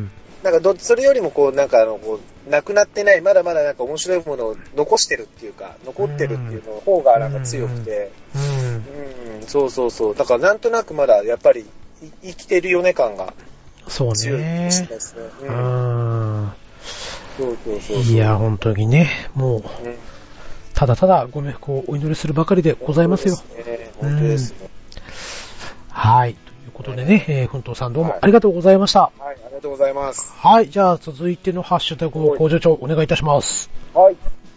B: なんかど、それよりもこう、なんかあの、こう、亡くなってない、まだまだなんか面白いものを残してるっていうか、残ってるっていうの方がなんか強くて、うん、うん、そうそうそう。だからなんとなくまだやっぱり生きてるよね感が強いですね。そうね。うん。そうそうそうそう。
A: いや、本当にね、もう、うん、ただただご冥福をお祈りするばかりでございますよ。
B: 本当ですね。本当ですね。
A: はい。ということでね、えー、ふんとうさんどうもありがとうございました。はい、
B: はい、ありがとうございます。
A: はい、じゃあ続いてのハッシュタグを工場長お願いいたします。
B: はい。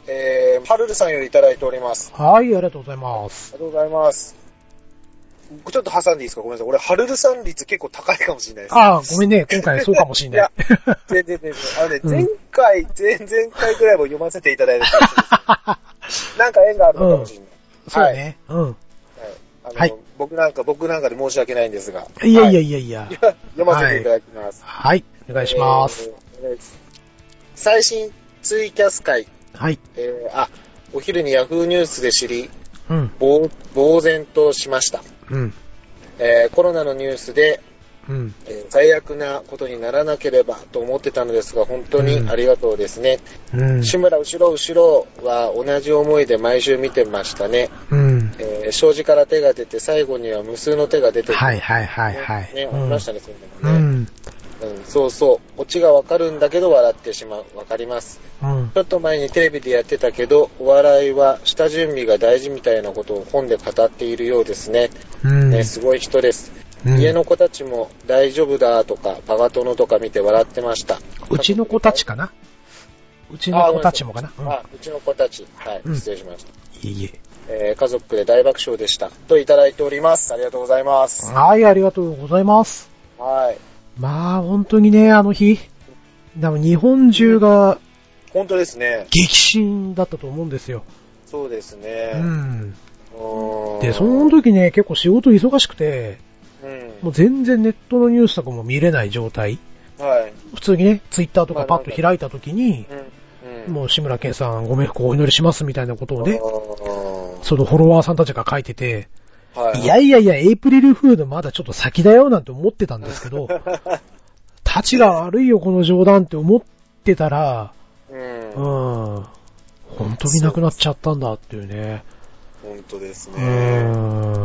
B: えー、ハルルさんよりいただいております。
A: はい、ありがとうございます。
B: ありがとうございます。ちょっと挟んでいいですか？ごめんなさい。俺、ハルルさん率結構高いかもしれないです。
A: ああ、ごめんね。今回そうかもしれない。いや、
B: 全然全然。あのね、うん、前回、前々回くらいも読ませていただいてたんですよ。なんか縁があるのかもしれない。
A: うん、そうね。はい、うん。
B: あの、はい、僕なんか、僕なんかで申し訳ないんですが。
A: いやいやいやいや。
B: はい、読ませていただきます。
A: はい。はい、お願いします。
B: えー、最新ツイキャス会。
A: はい。
B: えー、あ、お昼にヤフーニュースで知り、
A: うん。
B: 呆然としました。
A: うん。
B: えー、コロナのニュースで、
A: うん
B: えー、最悪なことにならなければと思ってたのですが、本当にありがとうですね。
A: うん、
B: 志村後ろ後ろは同じ思いで毎週見てましたね。
A: うん
B: えー、障子から手が出て、最後には無数の手が出てくる。
A: はいはいはいはい。
B: ね、ありましたね、そういう
A: の
B: もね。うん、うん、そうそう。オチがわかるんだけど笑ってしまう。わかります、
A: うん。
B: ちょっと前にテレビでやってたけど、お笑いは下準備が大事みたいなことを本で語っているようですね。
A: うん、
B: ね、すごい人です。
A: うん、
B: 家の子たちも大丈夫だとか、バカ殿とか見て笑ってました。
A: うちの子たちかなうちの子たちもかな、
B: うん、あ、うちの子たち。はい、失礼しました。
A: うん、いいえ。
B: えー、家族で大爆笑でした。といただいております。ありがとうございます。
A: はい、ありがとうございます。
B: はい。
A: まあ、本当にね、あの日、でも日本中が、
B: 本当ですね。
A: 激震だったと思うんですよ。
B: そうですね。
A: うん。で、その時ね、結構仕事忙しくて、
B: うん、
A: もう全然ネットのニュースとかも見れない状態。
B: はい。
A: 普通にね、ツイッターとかパッと開いた時に、
B: うん、
A: もう志村けんさんご冥福をお祈りしますみたいなことをね、そのフォロワーさんたちが書いてて、はい、いやいやいや、エイプリルフールまだちょっと先だよなんて思ってたんですけど、立ちが悪いよこの冗談って思ってたら、
B: うん、
A: うん、本当になくなっちゃったんだっていうね。
B: 本当ですね。
A: うん、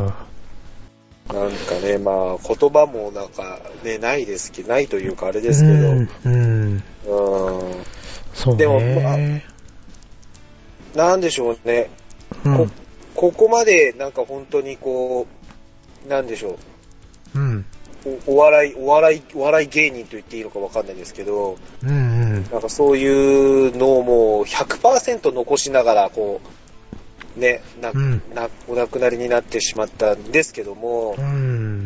B: なんかね、まあ言葉もなんかねないですけど、ないというかあれですけど、うん、
A: うん、そうね。
B: でも、まあ、なんでしょうね。
A: うん、
B: こここまでなんか本当にこうなんでしょ
A: う、うん、
B: お, お笑いお笑いお笑い芸人と言っていいのかわかんないですけど、
A: うんうん、
B: なんかそういうのをもう ひゃくパーセント 残しながらこうねな、
A: うん、
B: なお亡くなりになってしまったんですけども、
A: うん、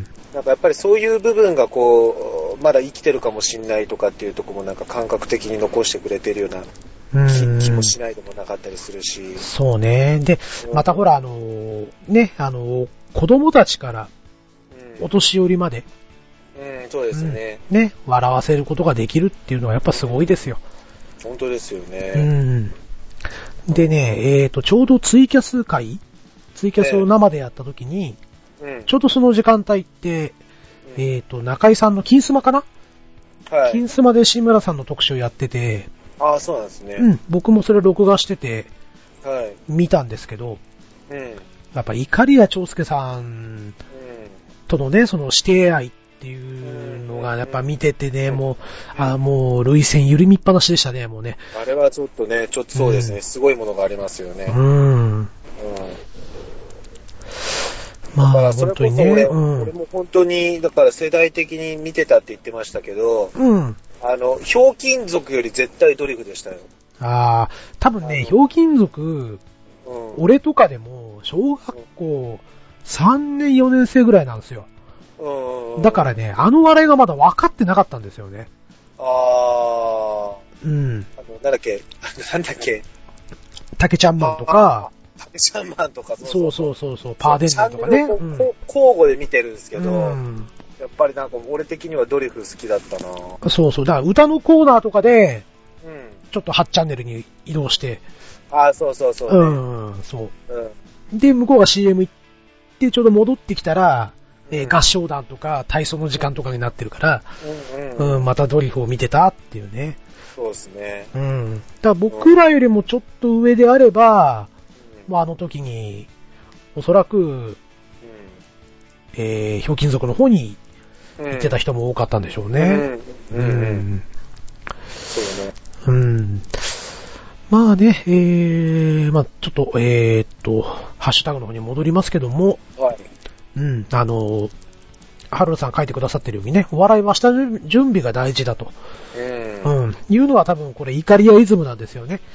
B: なんかやっぱりそういう部分がこうまだ生きてるかもしれないとかっていうところもなんか感覚的に残してくれてるような気もしないでもなかったりするし。
A: そうね。で、またほら、あの、ね、あの、子供たちからお年寄りまで、
B: うん、そうですね、
A: うん。ね、笑わせることができるっていうのはやっぱすごいですよ。
B: 本当ですよね。
A: うん。でね、えっと、ちょうどツイキャス会ツイキャスを生でやった時に、
B: ね、
A: ちょうどその時間帯って、うん、えっと、中井さんの金スマかな、
B: はい、
A: 金スマで志村さんの特集をやってて、
B: ああ、そうなんですね。
A: うん、僕もそれ録画してて、
B: はい。
A: 見たんですけど、
B: うん。
A: やっぱ、イカリア長介さんとのね、その指定愛っていうのが、やっぱ見ててね、もう、あもう、涙腺緩みっぱなしでしたね、もうね。
B: あれはちょっとね、ちょっとそうですね、うん、すごいものがありますよね。
A: うん。うん。まあ、
B: だからそれこそ俺、
A: ね、うん、
B: 俺も本当に、だから世代的に見てたって言ってましたけど、
A: うん。
B: あの、ひょうきん族より絶対ドリフでしたよ。
A: ああ、多分ね、ひょうきん族、うん、俺とかでも、小学校さんねんよねん生ぐらいなんですよ。
B: うん、
A: だからね、あの笑いがまだ分かってなかったんですよね。
B: ああ。
A: うん。
B: あの、なんだっけ、なんだっけ。
A: たけちゃんマンとか、
B: たけちゃんマンとか、
A: そうそうそうそう、パーデンデンとかね。
B: うん、交互で見てるんですけど、うんやっぱりなんか俺的にはドリフ好きだったな。
A: そうそう。だから歌のコーナーとかで、
B: うん、
A: ちょっとはちチャンネルに移動して。
B: ああ、そうそうそう、ね。
A: うん、そう、
B: うん。
A: で、向こうが シーエム 行ってちょうど戻ってきたら、うん、えー、合唱団とか体操の時間とかになってるから、
B: うんうん
A: うん、またドリフを見てたっていうね。
B: そうですね。
A: うん。だから僕らよりもちょっと上であれば、うん、まああの時に、おそらく、うん、えー、ひょうきん族の方に、言ってた人も多かったんでしょうね。
B: うん。うん。うん。うん、そうね。
A: うん。まあね、えー、まあちょっと、えーっと、ハッシュタグの方に戻りますけども、
B: はい。
A: うん、あの、ハルルさん書いてくださってるようにね、お笑いは下準備が大事だと。
B: うん。
A: うん。いうのは多分これイカリアイズムなんですよね。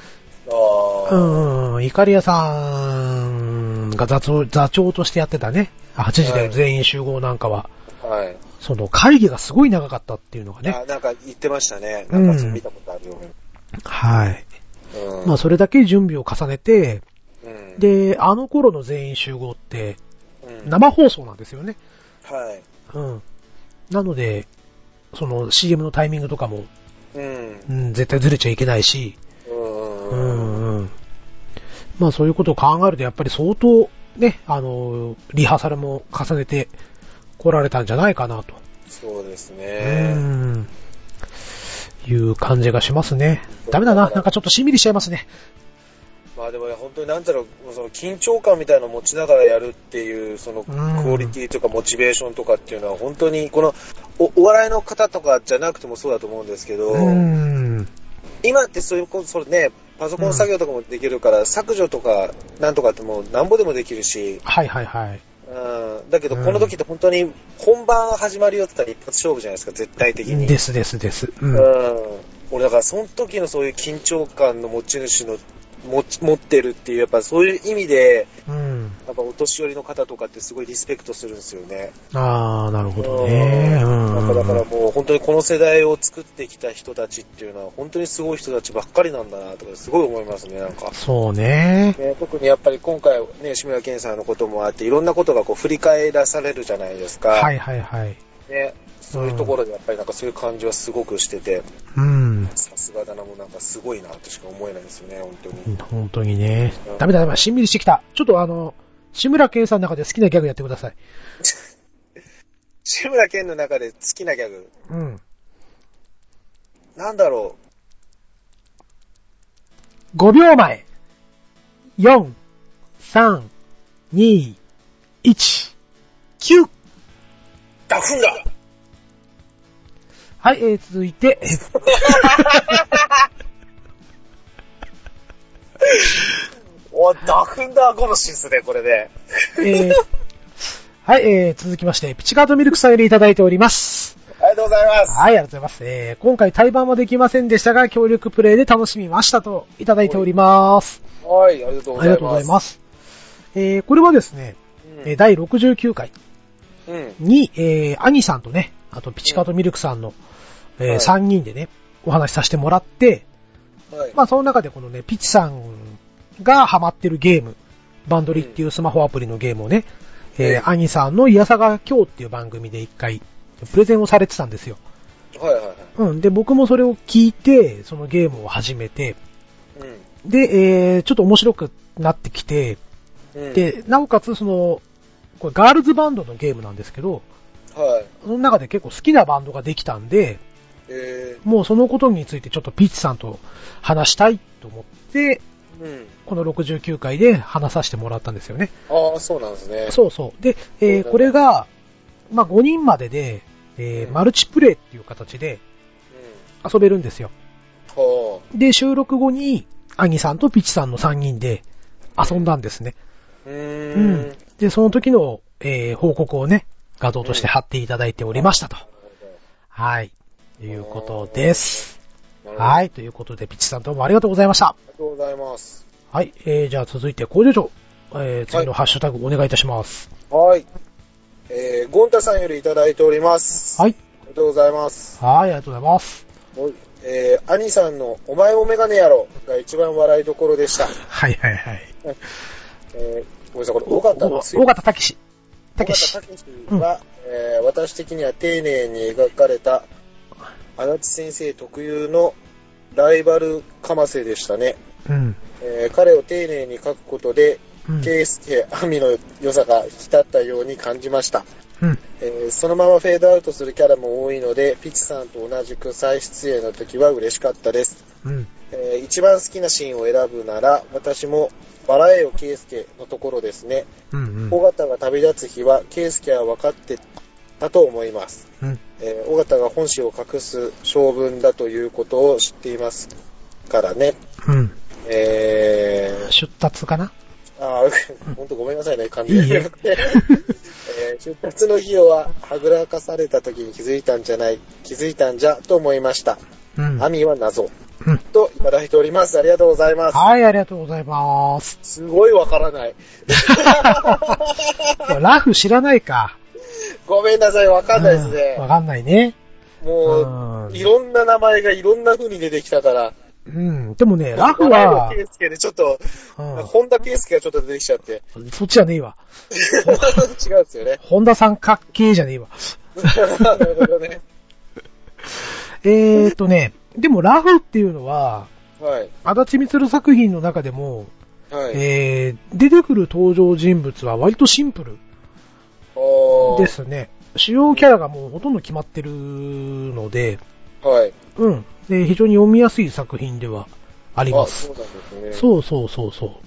B: あ
A: うん、イカリアさんが座長、座長としてやってたね、はちじで全員集合なんかは、
B: はい。
A: その会議がすごい長かったっていうのがね。
B: あ、なんか言ってましたね。なんか見たことあるよ。うん、
A: はい。うん、まあそれだけ準備を重ねて、うん、で、あの頃の全員集合って、生放送なんですよね。
B: はい。
A: うん。なので、その シーエム のタイミングとかも、うん、うん、絶対ずれちゃいけないし、うん、うんうん。まあそういうことを考えるとやっぱり相当ね、あの、リハーサルも重ねて来られたんじゃないかなと。
B: そうですね。
A: うん。いう感じがしますね。ダメだな。なんかちょっとしんみりしちゃいますね。
B: まあでもね、本当になんだろう、その緊張感みたいなのを持ちながらやるっていう、そのクオリティとかモチベーションとかっていうのは本当に、この お, お笑いの方とかじゃなくてもそうだと思うんですけど、うん今ってそういうこと、それね、パソコン作業とかもできるから、うん、削除とかなんとかってもうなんぼでもできるし、
A: はいはいはい。
B: うん、だけどこの時って本当に本番始まるよって言ったら一発勝負じゃないですか、絶対的に。
A: ですですです。
B: うん。うん、俺だからその時のそういう緊張感の持ち主の持, 持ってるっていう、やっぱそういう意味で、うん、やっぱお年寄りの方とかってすごいリスペクトするんですよね。
A: ああ、なるほどね。
B: うん、なんかだからもう本当にこの世代を作ってきた人たちっていうのは本当にすごい人たちばっかりなんだなとかすごい思いますね、なんか。
A: そうね。
B: ね、特にやっぱり今回ね、志村けんさんのこともあっていろんなことがこう振り返らされるじゃないですか。
A: はいはいはい。
B: ね。そういうところでやっぱりなんかそういう感じはすごくしてて、うん。さすがだな、もうなんかすごいなとしか思えないですよね、本当に。
A: 本当にね。うん、ダメだ、ダメだ、しんみりしてきた。ちょっとあの、志村けんさんの中で好きなギャグやってください。
B: 志村けんの中で好きなギャグ。
A: うん。
B: なんだろう。
A: ごびょうまえ。よん、さん、に、いち、きゅう。
B: ダフンだ。
A: はい、えー、続いて。
B: お、ダフンダー殺しですね、これで。
A: えー、はい、えー、続きまして、ピチカートミルクさんよりいただいております。
B: ありがとうございます。
A: はい、ありがとうございます。えー、今回対バンはできませんでしたが、協力プレイで楽しみましたといただいております。
B: はい、ありがとうございます。
A: ありがとうございます。えー、これはですね、うん、だいろくじゅうきゅうかいに、うん、えー、アニさんとね、あとピチカートミルクさんの、うん、えーはい、さんにんでね、お話しさせてもらって、はい、まあその中でこのね、ピチさんがハマってるゲーム、バンドリっていうスマホアプリのゲームをね、うん、えー、アニさんのイヤサガ今日っていう番組で一回プレゼンをされてたんですよ。
B: はいはいはい。
A: うん。で、僕もそれを聞いて、そのゲームを始めて、うん、で、えー、ちょっと面白くなってきて、うん、で、なおかつその、これガールズバンドのゲームなんですけど、はい。その中で結構好きなバンドができたんで、えー、もうそのことについてちょっとピッチさんと話したいと思って、うん、このろくじゅうきゅうかいで話させてもらったんですよね。
B: ああ、そうなんですね。
A: そうそう。で、えー、これが、まあごにんまでで、えーうん、マルチプレイっていう形で遊べるんですよ。うん、で、収録後に、アニさんとピチさんのさんにんで遊んだんですね。うん。うん、で、その時の、えー、報告をね、画像として貼っていただいておりましたと。うん、はい。ということです。はい。ということで、ピチさんどうもありがとうございました。あ
B: りがとうございます。
A: はい。えー、じゃあ続いて、工場長、えー、次のハッシュタグお願いいたします。
B: はい。えー、ゴンタさんよりいただいております。
A: はい。
B: ありがとうございます。
A: はい、ありがとうございます。
B: えー、兄さんのお前もメガネやろが一番笑いどころでした。
A: はいはいはい。
B: えー、ごめんなさい、これ、尾形の
A: 尾形武史。武史。
B: 尾形武史は、うん、えー、私的には丁寧に描かれた、足立先生特有のライバルかませでしたね。うん。えー、彼を丁寧に描くことで、ケイスケ・アミの良さが引き立ったように感じました。うんえー、そのままフェードアウトするキャラも多いので、ピチさんと同じく再出演の時は嬉しかったです。うんえー、一番好きなシーンを選ぶなら、私もバラエオ・ケイスケのところですね。うんうん、尾形が旅立つ日は、ケイスケは分かってたと思います。うんえー、尾形が本心を隠す性分だということを知っていますからね。うん
A: えー、出立かな
B: ああ、ほんとごめんなさいね、感じがなくて。えー、出発の日ははぐらかされた時に気づいたんじゃない、気づいたんじゃと思いました。うん、アミは謎。うといただいております。ありがとうございます。
A: はい、ありがとうございます。
B: すごいわからない。
A: ラフ知らないか。
B: ごめんなさい、わかんないですね。
A: わかんないね。
B: もう、いろんな名前がいろんな風に出てきたから。
A: うん、でもね、ラフは、
B: ケースケでちょっと、うん、本田圭佑がちょっと出てきちゃって。
A: そっちじゃねえわ。
B: 違うんですよね。
A: 本田三角形じゃねえわ。
B: なるほどね。
A: えーとね、でもラフっていうのは、
B: はい、
A: 足立光作品の中でも、
B: はい、
A: えー、出てくる登場人物は割とシンプルですね。主要キャラがもうほとんど決まってるので、
B: はい。
A: うん。で、非常に読みやすい作品ではあります。
B: あ、そうなんですね。
A: そうそうそうそう。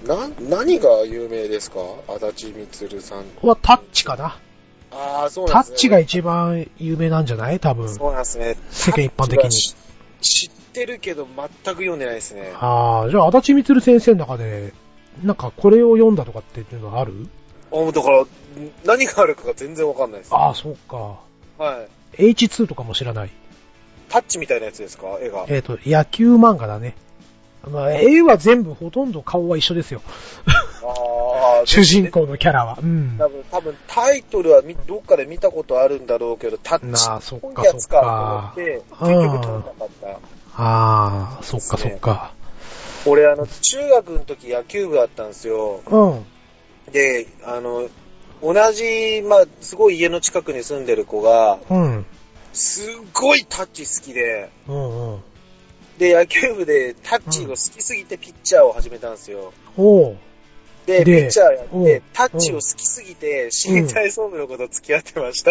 B: な、何が有名ですか？足立光さん
A: はタッチかな。
B: ああ、そうなんですね。
A: タッチが一番有名なんじゃない？多分。
B: そうなんですね。
A: 世間一般的に。
B: 知ってるけど全く読んでないですね。
A: ああ、じゃあ足立光先生の中で、なんかこれを読んだとかっていうのはある？
B: あ、だから、何があるかが全然わかんないです。
A: ああ、そうか。
B: はい。
A: エイチツー とかも知らない。
B: タッチみたいなやつですか？絵が。
A: えっと、野球漫画だね。まあ、絵は全部ほとんど顔は一緒ですよ。
B: あ
A: 主人公のキャラは。うん。
B: 多分、多分タイトルはどっかで見たことあるんだろうけど、タッチっぽいやつかと思って、結局撮んなかった。
A: ああ、そっかそっか。
B: 俺、あの、中学の時野球部だったんですよ。
A: うん。で、
B: あの、同じ、まあ、すごい家の近くに住んでる子が、
A: うん。
B: すっごいタッチ好きで、
A: うんうん。
B: で、野球部でタッチが好きすぎてピッチャーを始めたんですよ。
A: おう。
B: で、ピッチャーやって、タッチを好きすぎて、身体操部のこと付き合ってました。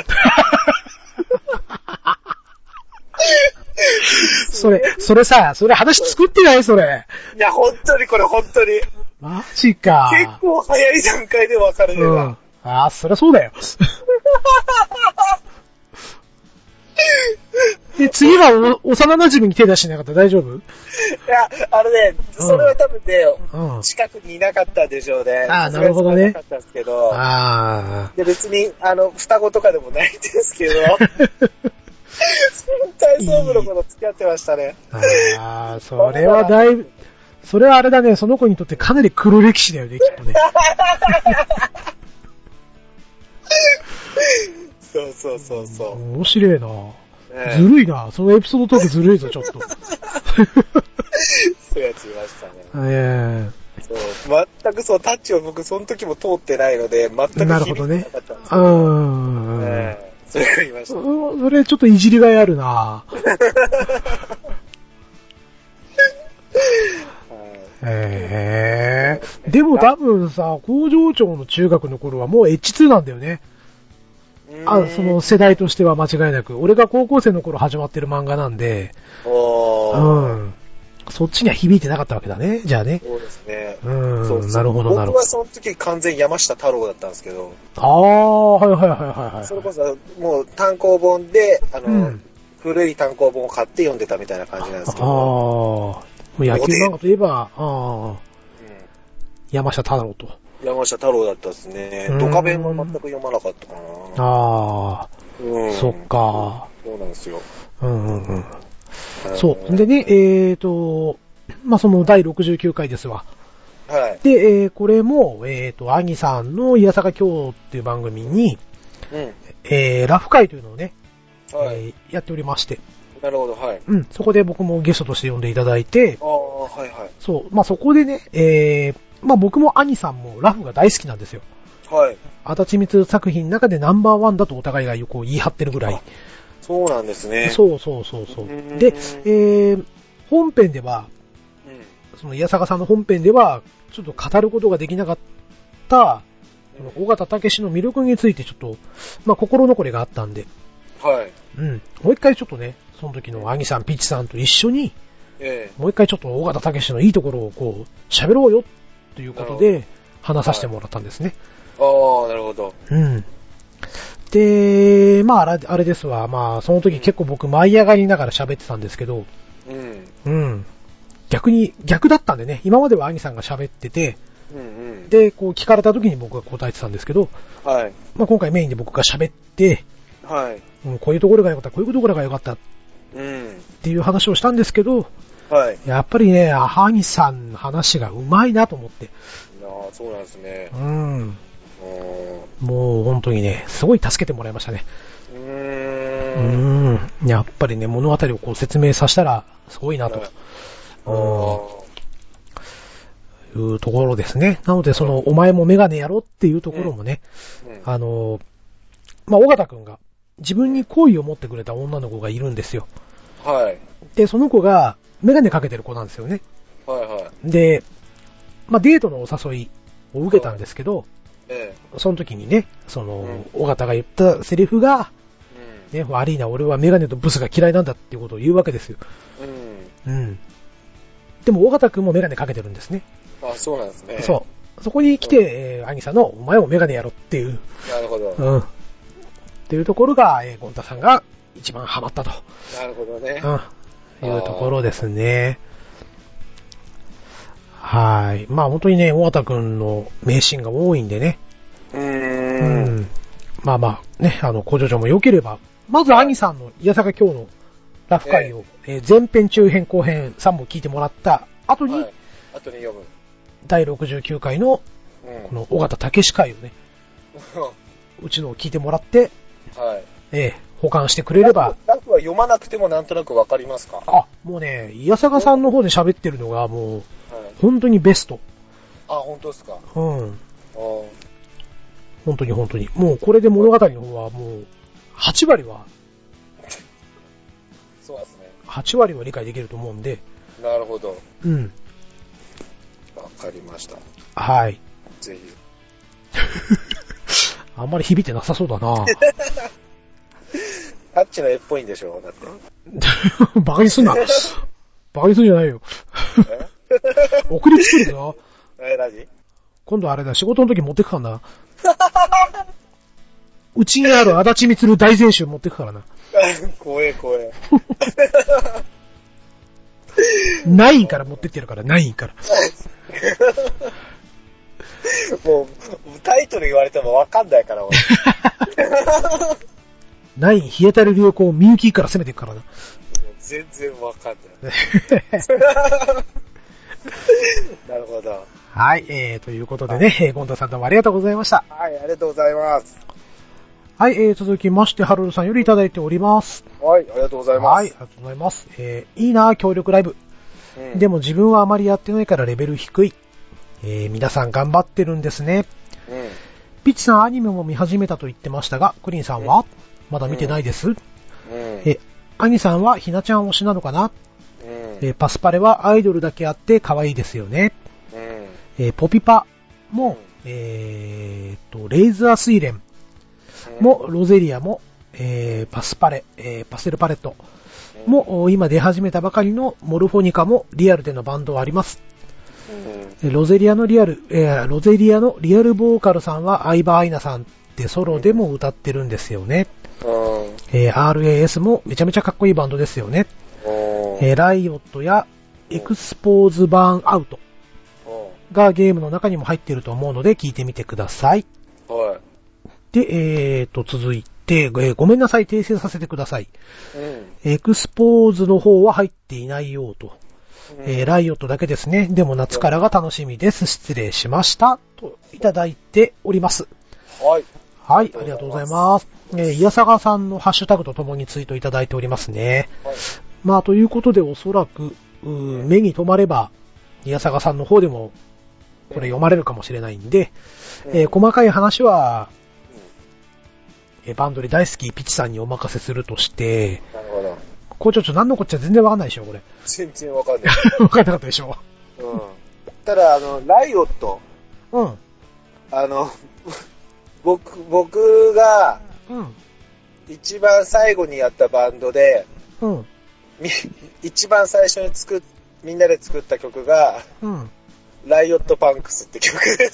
A: それ、それさ、それ話作ってないそれ。
B: いや、本当にこれ本当に。
A: マジか。
B: 結構早い段階で別れてた。うん、
A: ああ、そりゃそうだよ。で、次はお幼馴染に手出してなかったら大丈夫？
B: いや、あのね、それは多分ね、
A: うん、
B: 近くにいなかったでしょうね。
A: ああ、なるほどね。
B: なかったんですけど。
A: ああ。
B: で、別に、あの、双子とかでもないんですけど。身体操部のこと付き合ってましたね。
A: ああ、それはだいぶ、それはあれだね、その子にとってかなり黒歴史だよね、きっとね。
B: そうそうそうそう。
A: 面白いな、えー、ずるいな。そのエピソードトークずるいぞ、ちょっと。
B: そういうやついましたね。
A: え
B: ー、そう全くそう、タッチを僕、その時も通ってないので、全く響いてなかったんですけど。なるほどね。
A: うん。
B: えー、それが言いました、ね。
A: それちょっといじりがいあるな。へえー。でも多分さ、工場長の中学の頃はもう エイチツー なんだよね。あ、その世代としては間違いなく。俺が高校生の頃始まってる漫画なんで、うん。そっちには響いてなかったわけだね。じゃあね。
B: そうですね。
A: うん。そうそうなるほど、なるほど。
B: 僕はその時完全山下太郎だったんですけど。
A: ああ、はいはいはいはいはい。
B: それこそ、もう単行本で、あの、うん、古い単行本を買って読んでたみたいな感じなんですけど。ああ。もう野球漫画といえば、ああ、うん、山下太郎と。 山下太郎だったですね。ドカベンは全く読まなかったかな。
A: ああ、うん、そっか。
B: そうなんですよ。
A: うんうんうん。そう。でね、えーと、まあ、そのだいろくじゅうきゅうかいですわ。
B: はい。
A: で、えー、これも、えーと、アニさんのいやさか今日っていう番組に、
B: うん、
A: えー、ラフ会というのをね、
B: はい、
A: えー、やっておりまして。
B: なるほど、はい。
A: うん、そこで僕もゲストとして呼んでいただいて、
B: ああ、はいはい。
A: そう、まあ、そこでね、えー、まあ、僕も兄さんもラフが大好きなんですよ。
B: はい。
A: 足立光作品の中でナンバーワンだとお互いがこう言い張ってるぐらい。
B: そうなんですね。
A: そうそうそうそう。で、えー、本編では、うん、その矢坂さんの本編では、ちょっと語ることができなかった、うん、尾形武史の魅力についてちょっと、まあ、心残りがあったんで。
B: はい。
A: うん。もう一回ちょっとね、その時の兄さん、ピッチさんと一緒に、
B: ええ、
A: もう一回ちょっと尾形武史のいいところをこう、喋ろうよ、ということで、話させてもらったんですね。
B: はい、ああ、なるほど。
A: うん。で、まあ、あれ、あれですわ。まあ、その時結構僕舞い上がりながら喋ってたんですけど、
B: うん。
A: うん。逆に、逆だったんでね、今までは兄さんが喋ってて、
B: うんうん、
A: で、こう聞かれた時に僕が答えてたんですけど、
B: はい。
A: まあ今回メインで僕が喋って、
B: はい。
A: うん、こういうところが良かった、こういうところが良かった、
B: うん。
A: っていう話をしたんですけど、
B: はい。
A: やっぱりね、ハニさんの話がうまいなと思って。
B: ああ、そうなんですね。
A: うん。もう本当にね、すごい助けてもらいましたね。
B: うーん。
A: うん。やっぱりね、物語をこう説明させたら、すごいなと。うん。いうところですね。なので、その、お前もメガネやろっていうところもね、うんうん、あの、まあ、尾形くんが、自分に好意を持ってくれた女の子がいるんですよ。
B: はい。
A: で、その子が、メガネかけてる子なんですよね。
B: はいはい。
A: で、まあ、デートのお誘いを受けたんですけど、はい、
B: ええ、
A: その時にね、その、うん、尾形が言ったセリフが、うん、ね、悪いな、俺はメガネとブスが嫌いなんだっていうことを言うわけですよ。うん。うん。でも、尾形くんもメガネかけてるんですね。
B: あ、そうなんですね。
A: そう。そこに来て、うん、えー、兄さんの、お前もメガネやろっていう。
B: なるほど。
A: うん。っていうところが、えー、ゴンタさんが一番ハマったと。
B: なるほどね。
A: うん。いうところですね。はい。まあ本当にね、尾形くんの名シーンが多いんでね。
B: うーん。うん。
A: まあまあ、ね、あの、工場長も良ければ、まず兄さんの、いやさか今日のラフ会を、えー、前編中編後編さんぼん聞いてもらった後に、はい、
B: 後に読む。
A: だいろくじゅうきゅうかいの、この尾形武史会をね、うん、うちのを聞いてもらって、
B: はい。
A: えー、保管してくれれば。
B: ラフは読まなくてもなんとなくわかりますか？
A: あ、もうね、いやさかさんの方で喋ってるのがもう、本当にベスト。
B: あ、本当ですか？
A: うん。あ、本当に本当に。もうこれで物語の方はもう、はちわりは、
B: そうですね。
A: はちわりは理解できると思うんで。
B: なるほど。
A: うん。
B: わかりました。
A: はい。
B: ぜひ。
A: あんまり響いてなさそうだな。
B: タッチの絵っぽいんでしょだって。
A: バカにすんな。バカにすんじゃないよ。送りつけるぞ。
B: え、何？
A: 今度あれだ、仕事の時持ってくからな。うちにある足立みつる大全集持ってくからな。
B: 怖え怖え。
A: ナインから持ってってやるから、ナインから。
B: もう、タイトル言われてもわかんないから、俺。
A: ナイン、冷えたる流行、ミユキから攻めていくからな。
B: 全然わかんない。なるほど。
A: はい、えー、ということでね、はい、ゴンタさんどうもありがとうございました。
B: はい、ありがとうございます。
A: はい、えー、続きまして、ハルルさんよりいただいております。
B: はい、ありがとうございます。
A: はい、ありがとうございます。えー、いいな協力ライブ、うん。でも自分はあまりやってないからレベル低い。えー、皆さん頑張ってるんですね。うん。ピッチさんアニメも見始めたと言ってましたが、クリンさんは、うん、まだ見てないです。うん。え、アニさんはひなちゃん推しなのかな。うん。えー、パスパレはアイドルだけあって可愛いですよね。うん。えー、ポピパも、うん、えーと、レイズアスイレンも、ロゼリアも、えー、パスパレ、えー、パステルパレットも、今出始めたばかりのモルフォニカもリアルでのバンドはあります。うん、ロゼリアのリアル、えー、ロゼリアのリアルボーカルさんは相葉愛菜さんってソロでも歌ってるんですよね。うん、えー、アールエーエス もめちゃめちゃかっこいいバンドですよね。うん、えー、ライオットやエクスポーズバーンアウトがゲームの中にも入っていると思うので聞いてみてください。はい。で、えーと、続いて、えー、ごめんなさい、訂正させてください。うん、エクスポーズの方は入っていないようと。うん、えー、ライオットだけですね。でも夏からが楽しみです。失礼しました。といただいております。
B: はい。
A: はい、ありがとうございます。えー、いやさがさんのハッシュタグとともにツイートいただいておりますね。はい。まあ、ということでおそらく、うー目に留まれば、いやさがさんの方でも、これ読まれるかもしれないんで、うん、えー、細かい話は、うん、えー、バンドリ大好きピチさんにお任せするとして、なるほど。これちょっと何のこっちゃ全然わかんないでしょ、これ。
B: 全然わかんない。
A: わかんなかったでしょ。
B: うん。ただ、あの、ライオット。
A: うん。
B: あの、僕、僕が、うん。一番最後にやったバンドで、うん。一番最初に作っ、みんなで作った曲が、うん。ライオットパンクスって曲です。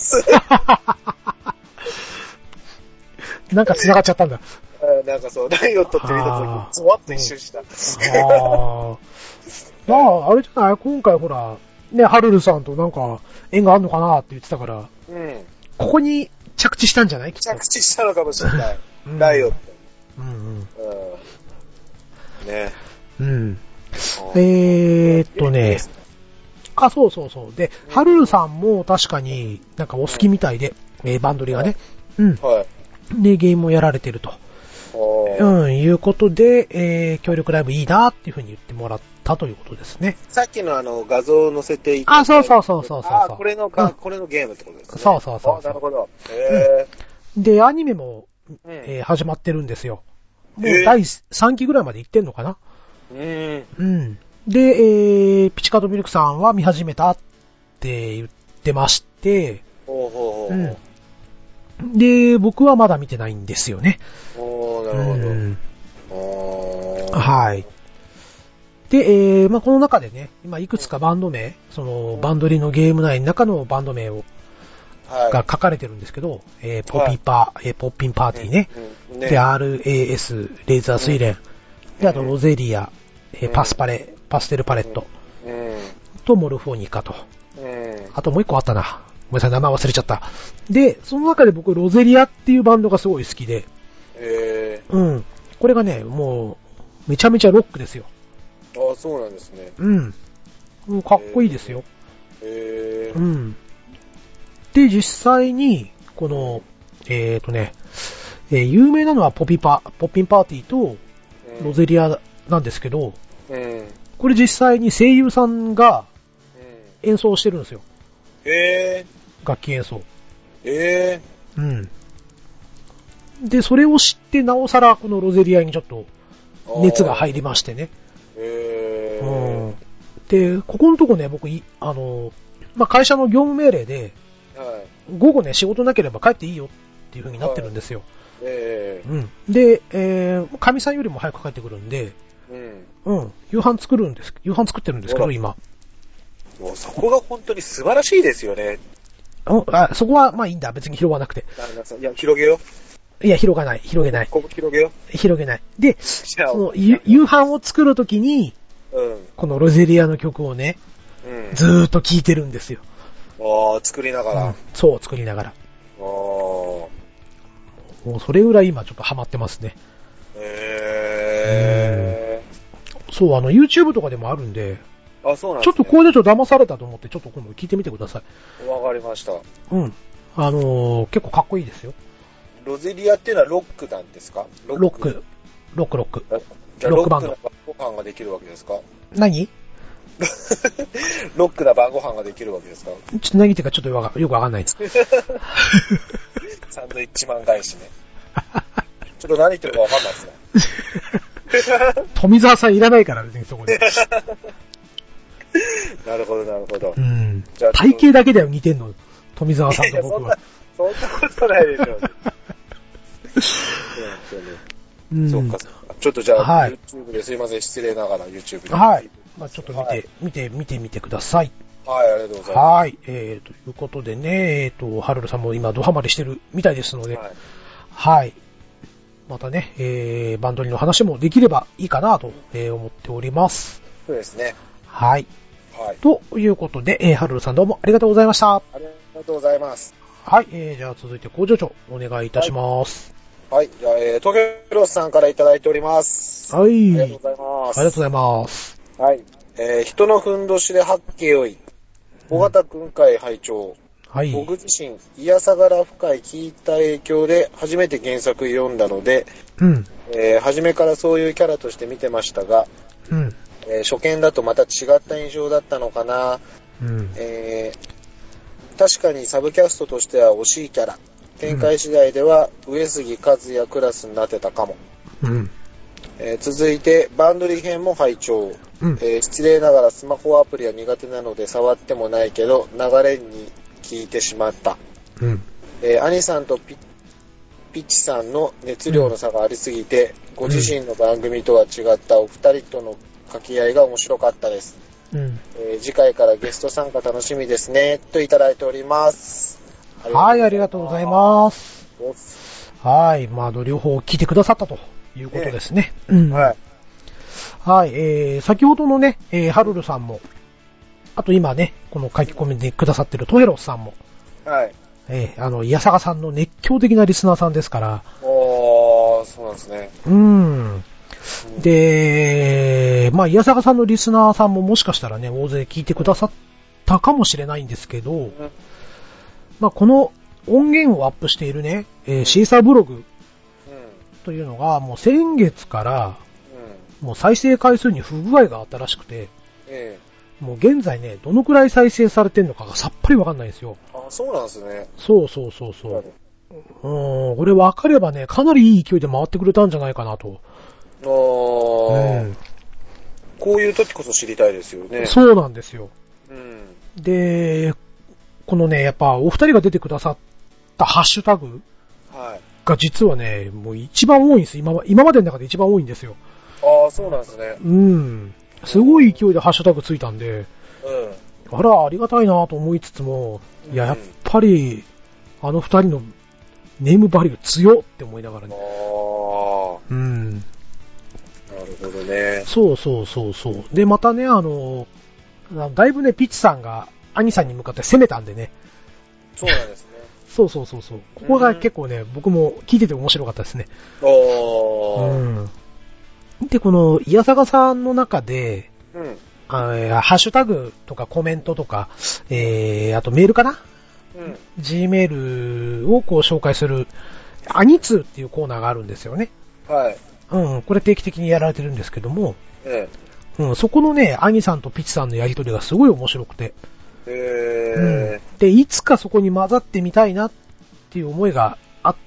A: なんか繋がっちゃったんだ。
B: なんかそう、ライオットって見たとき、ゾワッと一瞬した。あ
A: あ。まあ、あれじゃない今回ほら、ね、ハルルさんとなんか縁があるのかなって言ってたから、うん。ここに着地したんじゃない
B: 着地したのかもしれない。うん、ライオット。
A: うんうん。うん。
B: ね。
A: うん。 えーっとね、あ、そうそうそう。で、ハルルさんも確かになんかお好きみたいで、えー、バンドリがね。うん。はい。で、ゲームをやられてると。うん、いうことで、えー、協力ライブいいなっていうふうに言ってもらったということですね。
B: さっきのあの画像を載せてい
A: た。あ、そうそうそうそうそう。あ、
B: これのか、うん、これのゲームってことですね。
A: そうそうそうそう。
B: なるほど。へ
A: ー、うん、で、アニメも、えー、始まってるんですよ。もうだいさんきぐらいまで行ってんのかな。
B: うん。
A: うん。で、えー、ピチカートミルクさんは見始めたって言ってまして、
B: ほうほうほう。うん
A: で、僕はまだ見てないんですよね。
B: おー、なるほど。うん、
A: おー、はい。で、えー、まあ、この中でね、今いくつかバンド名、その、バンドリのゲーム内の中のバンド名を、はい、が書かれてるんですけど、えー、ポピパ、はい、えー、ポッピンパーティーね。うんねで、アールエーエス、レーザー水蓮。うん、で、あと、ロゼリア、えー、パスパレ、パステルパレット。うん、と、モルフォニカと。うん、あともう一個あったな。ごめんなさい、名前忘れちゃった。で、その中で僕、ロゼリアっていうバンドがすごい好きで。
B: へー。
A: うん。これがね、もう、めちゃめちゃロックですよ。
B: ああ、そうなんですね。
A: うん。もうかっこいいですよ。
B: へー。
A: うん。で、実際に、この、えーとね、えー、有名なのはポピパ、ポッピンパーティーと、ロゼリアなんですけど、
B: うん。
A: これ実際に声優さんが演奏してるんですよ。
B: へー。
A: 楽器演奏。
B: え
A: えー。うん。で、それを知ってなおさらこのロゼリアにちょっと熱が入りましてね。
B: えー。
A: うん。で、ここのとこね、僕い、あの、まあ、会社の業務命令で、
B: はい、
A: 午後ね、仕事なければ帰っていいよっていう風になってるんですよ。はい、
B: えー。
A: うん。で、えー、神さんよりも早く帰ってくるんで、うん。うん。夕飯作るんです、夕飯作ってるんですけど、今。
B: もうそこが本当に素晴らしいですよね。
A: あ、そこはまあいいんだ。別に広がなくて。
B: いや、広げよ
A: う。いや、広がない。広げない。
B: ここ広げよ
A: う。広げない。で、その夕飯を作るときに、
B: うん、
A: このロゼリアの曲をね、うん、ずーっと聴いてるんですよ。
B: ああ、作りながら、うん。
A: そう、作りながら。ああ。もうそれぐらい今ちょっとハマってますね。
B: へ
A: ー。そう、あの、YouTube とかでもあるんで、
B: あ、そうなん
A: ですね。ちょっとこれでちょっと騙されたと思って、ちょっと今度聞いてみてくださ
B: い。わかりました。
A: うん。あのー、結構かっこいいですよ。
B: ロゼリアっていうのはロックなんですか？
A: ロック。ロック、ロック。
B: じゃあロックな晩ご飯ができるわけですか？
A: 何
B: ロックな晩ご飯ができるわけですか？
A: ちょっと何言ってるかちょっとよくわかんないです。
B: サンドイッチマン返しね。ちょっと何言ってるかわかんないですね。
A: 富澤さんいらないからね、そこで。
B: なるほど、なるほど。
A: うん。じゃあ体型だけだよ、似てんの。富澤さんと僕は。
B: そんな、そんなことないでしょうね。うん、そうか、ちょっとじゃあ、はい、YouTube ですいません、失礼ながら YouTube で。
A: はい。まあちょっと見て、はい、見て、見てみてください。
B: はい、ありがとうございます。
A: はい。えー、ということでね、えーと、ハルルさんも今ドハマりしてるみたいですので、はい。はい、またね、えー、バンドリの話もできればいいかなと、えー、思っております。
B: そうですね。
A: はい。
B: はい。
A: ということで、えー、ハルルさんどうもありがとうございました。
B: ありがとうございます。
A: はい。えー、じゃあ続いて工場長、お願いいたします。
B: はい。はい、じゃあ、えー、東京ロスさんからいただいております。
A: はい。あ
B: りがとうございます。
A: ありがとうございます。
B: はい。えー、人のふんどしで八景よい。尾形くん会拝聴。
A: はい。
B: 僕自身、いやさがら深い聞いた影響で初めて原作読んだので、
A: うん。
B: えー、初めからそういうキャラとして見てましたが、
A: うん。
B: えー、初見だとまた違った印象だったのかな。
A: うん。
B: えー、確かにサブキャストとしては惜しいキャラ。展開次第では上杉和也クラスになってたかも。
A: うん。
B: えー、続いてバンドリ編も拝聴、
A: うん
B: えー、失礼ながらスマホアプリは苦手なので触ってもないけど流れに聞いてしまった、
A: うん
B: えー、兄さんと ピ, ピッチさんの熱量の差がありすぎて、うん、ご自身の番組とは違ったお二人との掛け合いが面白かったです、
A: うん
B: えー、次回からゲスト参加楽しみですねといただいております。
A: はい、ありがとうございます。はい、まあ両方聞いてくださったということですね。
B: ね、うん、はい。
A: はい、えー、先ほどのね、えー、ハルルさんも、あと今ね、この書き込みでくださってるトヘロスさんも、
B: はい。
A: えー、あの、イヤサガさんの熱狂的なリスナーさんですから。
B: おー、そうなんですね。
A: うーん。 うん、で、まあ、岩坂さんのリスナーさんももしかしたらね、大勢聞いてくださったかもしれないんですけど、うん、まあ、この音源をアップしているね、えー、シーサーブログというのが、もう先月から、うん、もう再生回数に不具合があったらしくて、ええ、もう現在ね、どのくらい再生されてるのかがさっぱりわかんないんですよ。
B: あ、そうなんですね。
A: そうそうそうそう。うん、これ分かればね、かなりいい勢いで回ってくれたんじゃないかなと。
B: あー、うん、こういう時こそ知りたいですよね。
A: そうなんですよ。うん、で、このね、やっぱお二人が出てくださったハッシュタグが実はね、もう一番多いんです。今、今までの中で一番多いんですよ。
B: ああ、そうなんですね。
A: うん。すごい勢いでハッシュタグついたんで、うん、あら、ありがたいなと思いつつも、いや、やっぱり、あの二人のネームバリュー強って思いながらね。あうん。
B: なるほどね。
A: そうそうそうそう。で、またね、あの、だいぶね、ピッチさんが兄さんに向かって攻めたんでね。
B: そうなんですね。
A: そうそうそうそう。ここが結構ね、うん、僕も聞いてて面白かったですね。おー。うん。で、この、イヤサガさんの中で、うん、あハッシュタグとかコメントとか、えー、あとメールかな、うん、Gmail をこう紹介する、アニツーっていうコーナーがあるんですよね。はい。うん、これ定期的にやられてるんですけども、ええ、うん、そこのね、アニさんとピチさんのやりとりがすごい面白くて、へー、うん、で、いつかそこに混ざってみたいなっていう思いがあって、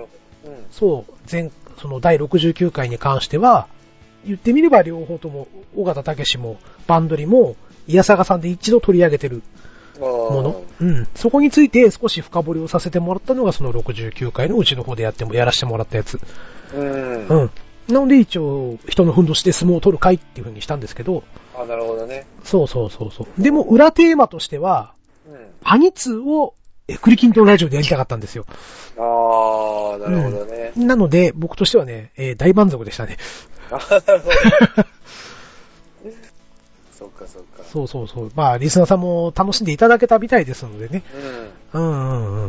A: うん、そう、前、そのだいろくじゅうきゅうかいに関しては、言ってみれば両方とも、尾形武史も、バンドリも、イヤサガさんで一度取り上げてるもの。うん。そこについて少し深掘りをさせてもらったのが、そのろくじゅうきゅうかいのうちの方でやっても、やらせてもらったやつ。うん。うん。なので一応、人のふんどしで相撲を取る会っていう風にしたんですけど。
B: あ、なるほどね。
A: そうそうそうそう。でも、裏テーマとしては、うん、アニツーを、え、クリキントンラジオでやりたかったんですよ。
B: ああ、なるほどね、
A: うん。なので、僕としてはね、えー、大満足でしたね。
B: あ、なるほど。そっかそっか。
A: そうそうそう。まあ、リスナーさんも楽しんでいただけたみたいですのでね。うん。うんうんうん。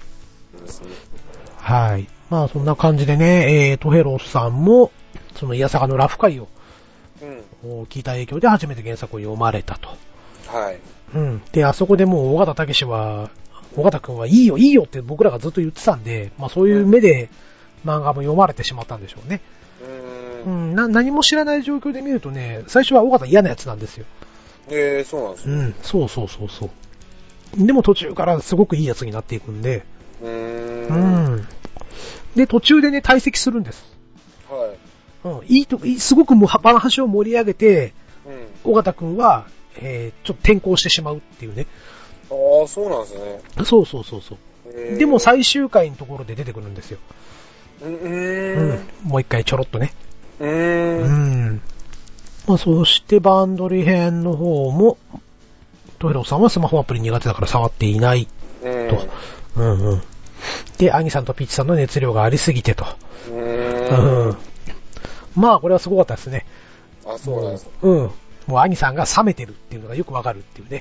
A: はい。まあ、そんな感じでね、えー、トヘロスさんも、そのイヤサガのラフ会を、うん、聞いた影響で初めて原作を読まれたと。はい。うん。で、あそこでもう、尾形武史は、尾形くんはいいよ、いいよって僕らがずっと言ってたんで、まあそういう目で漫画も読まれてしまったんでしょうね。うん。な、何も知らない状況で見るとね、最初は尾形嫌なやつなんですよ。
B: えー、そうなんですね。
A: うん。そうそうそうそう。でも途中からすごくいいやつになっていくんで、うーん。うん。で、途中でね、退席するんです。はい。うん。いいと、すごくもう、話を盛り上げて、うん。尾形くんは、えー、ちょっと転校してしまうっていうね。
B: ああ、そうなんですね。
A: そうそうそうそう。でも最終回のところで出てくるんですよ。うーん。うん。もう一回ちょろっとね。うーん。うん。まあ、そしてバンドリ編の方も、トヘロさんはスマホアプリ苦手だから触っていないと。うん、うんうん。で、アニさんとピッチさんの熱量がありすぎてと。うーん。うん。まあ、これはすごかったですね。
B: あ、そうなんですか。
A: うん。もう兄さんが冷めてるっていうのがよくわかるっていうね。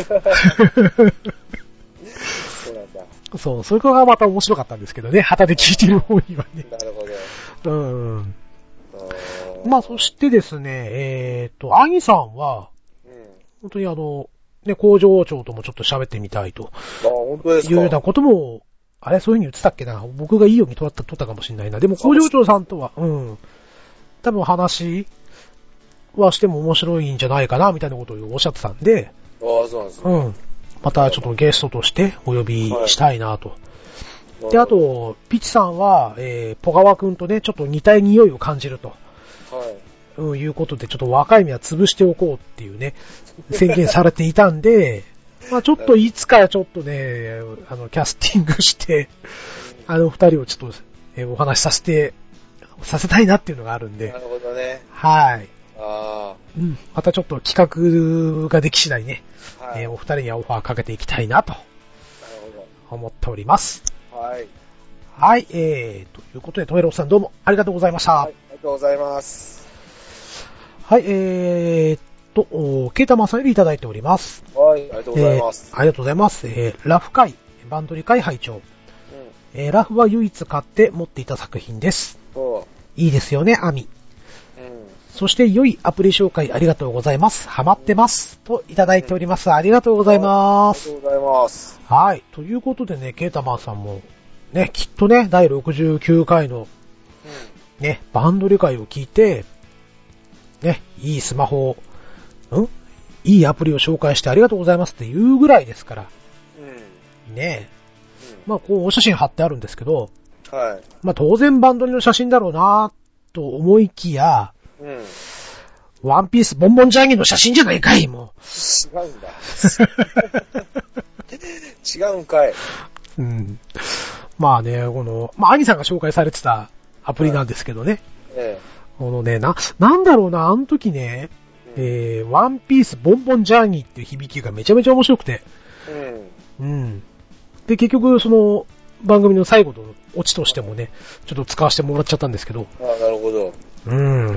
A: そうなんだ。そう、それがまた面白かったんですけどね、旗で聞いてる方にはね。
B: なるほど。
A: うん。まあ、そしてですね、えっと、兄さんは、うん、本当にあの、ね、工場長ともちょっと喋ってみたいと。
B: あ、本当ですか。いう
A: ようなことも、あれ、そういう風に言ってたっけな。僕がいいように取った、取ったかもしれないな。でも工場長さんとは、うん。多分話、はしても面白いんじゃないかなみたいなことをおっしゃってたんで、
B: ああ、そうなんですね。
A: うん。またちょっとゲストとしてお呼びしたいなと。はい、で、あと、ピチさんは、えー、ポガワくんとね、ちょっと似たい匂いを感じると。はい。うん、いうことで、ちょっと若い目は潰しておこうっていうね、宣言されていたんで、まあちょっといつかちょっとね、あの、キャスティングして、あの二人をちょっと、えー、お話しさせて、させたいなっていうのがあるんで。
B: なるほどね。
A: はい。
B: ああ。
A: うん。またちょっと企画ができ次第ね、はい、えー、お二人にはオファーかけていきたいなと。なるほど。思っております。はい。はい、えー、ということで、トヘロスさんどうもありがとうございました。はい、
B: ありがとうございます。
A: はい、えーと、ケータマンさんよりいただいております。
B: はい、ありがとうございます。
A: えー、ありがとうございます。えー、ラフ会、バンドリ会拝聴、うん、えー、ラフは唯一買って持っていた作品です。いいですよね、アミ。 そして良いアプリ紹介ありがとうございます。ハマってます。といただいております。ありがとうございます。
B: ありがとうございます。
A: はい。ということでね、ケータマンさんも、ね、きっとね、だいろくじゅうきゅうかいの、ね、バンド理解を聞いて、ね、いいスマホを、んいいアプリを紹介してありがとうございますって言うぐらいですから。うん、ねえ。うん、まあ、こう、お写真貼ってあるんですけど、はい。まあ、当然バンドリの写真だろうなと思いきや、うん。ワンピースボンボンジャーニーの写真じゃないかい、も
B: う。違うんだ。違うんかい。
A: うん。まあね、この、まあ、アニさんが紹介されてたアプリなんですけどね。はい、ええ。このね、な、なんだろうな、あの時ね、うん、えー、ワンピースボンボンジャーニーっていう響きがめちゃめちゃ面白くて。うん。うん。で、結局、その、番組の最後のオチとしてもね、ちょっと使わせてもらっちゃったんですけど。
B: ああ、なるほど。
A: うん。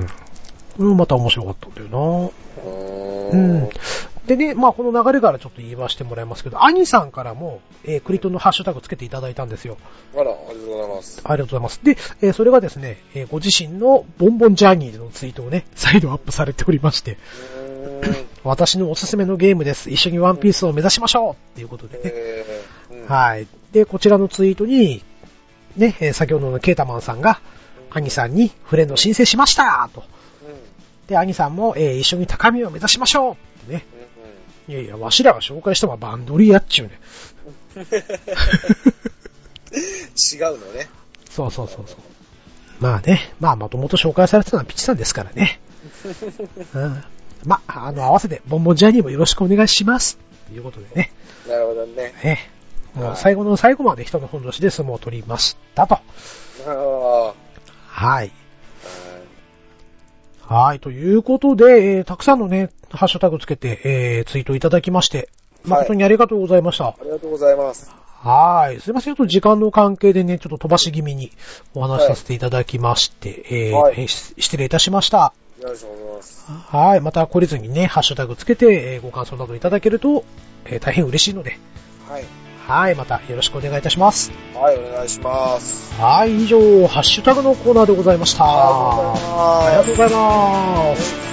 A: これもまた面白かったんだよな。うん。でね、まあこの流れからちょっと言わせてもらいますけど、アニさんからも、えー、クリトンのハッシュタグつけていただいたんですよ。
B: あら、ありがとうございます。
A: ありがとうございます。で、えー、それがですね、えー、ご自身のボンボンジャーニーでのツイートをね、再度アップされておりまして、私のおすすめのゲームです。一緒にワンピースを目指しましょうっていうことでね。えーうん、はい。で、こちらのツイートに、ね、えー、先ほどのケータマンさんが、アニさんにフレンド申請しましたと。で、アニさんも、えー、一緒に高みを目指しましょうってね。いやいや、わしらが紹介したのはバンドリやっちゅうね。
B: 違うのね。
A: そうそうそうそう。まあね、まあもともと紹介されてたのはピチさんですからね。うん、まあ、あの、合わせて、ボンボンジャーニーもよろしくお願いします。ということでね。
B: なるほどね。
A: ね。もう最後の最後まで人の本年で相撲を取りましたと。はい。はい、ということで、えー、たくさんのね、ハッシュタグつけて、えー、ツイートいただきまして、誠にありがとうございました。はい、
B: ありがとうございます。
A: はい。すいません、ちょっと時間の関係でね、ちょっと飛ばし気味にお話しさせていただきまして、はい、えーはい、失礼いたしました。
B: ありがとうございます。
A: はい。また懲りずにね、ハッシュタグつけて、えー、ご感想などいただけると、えー、大変嬉しいので、はい。はい。またよろしくお願いいたします。
B: はい、お願いします。
A: はい。以上、ハッシュタグのコーナーでございました。
B: ありがとうございます。
A: ありがとうございます。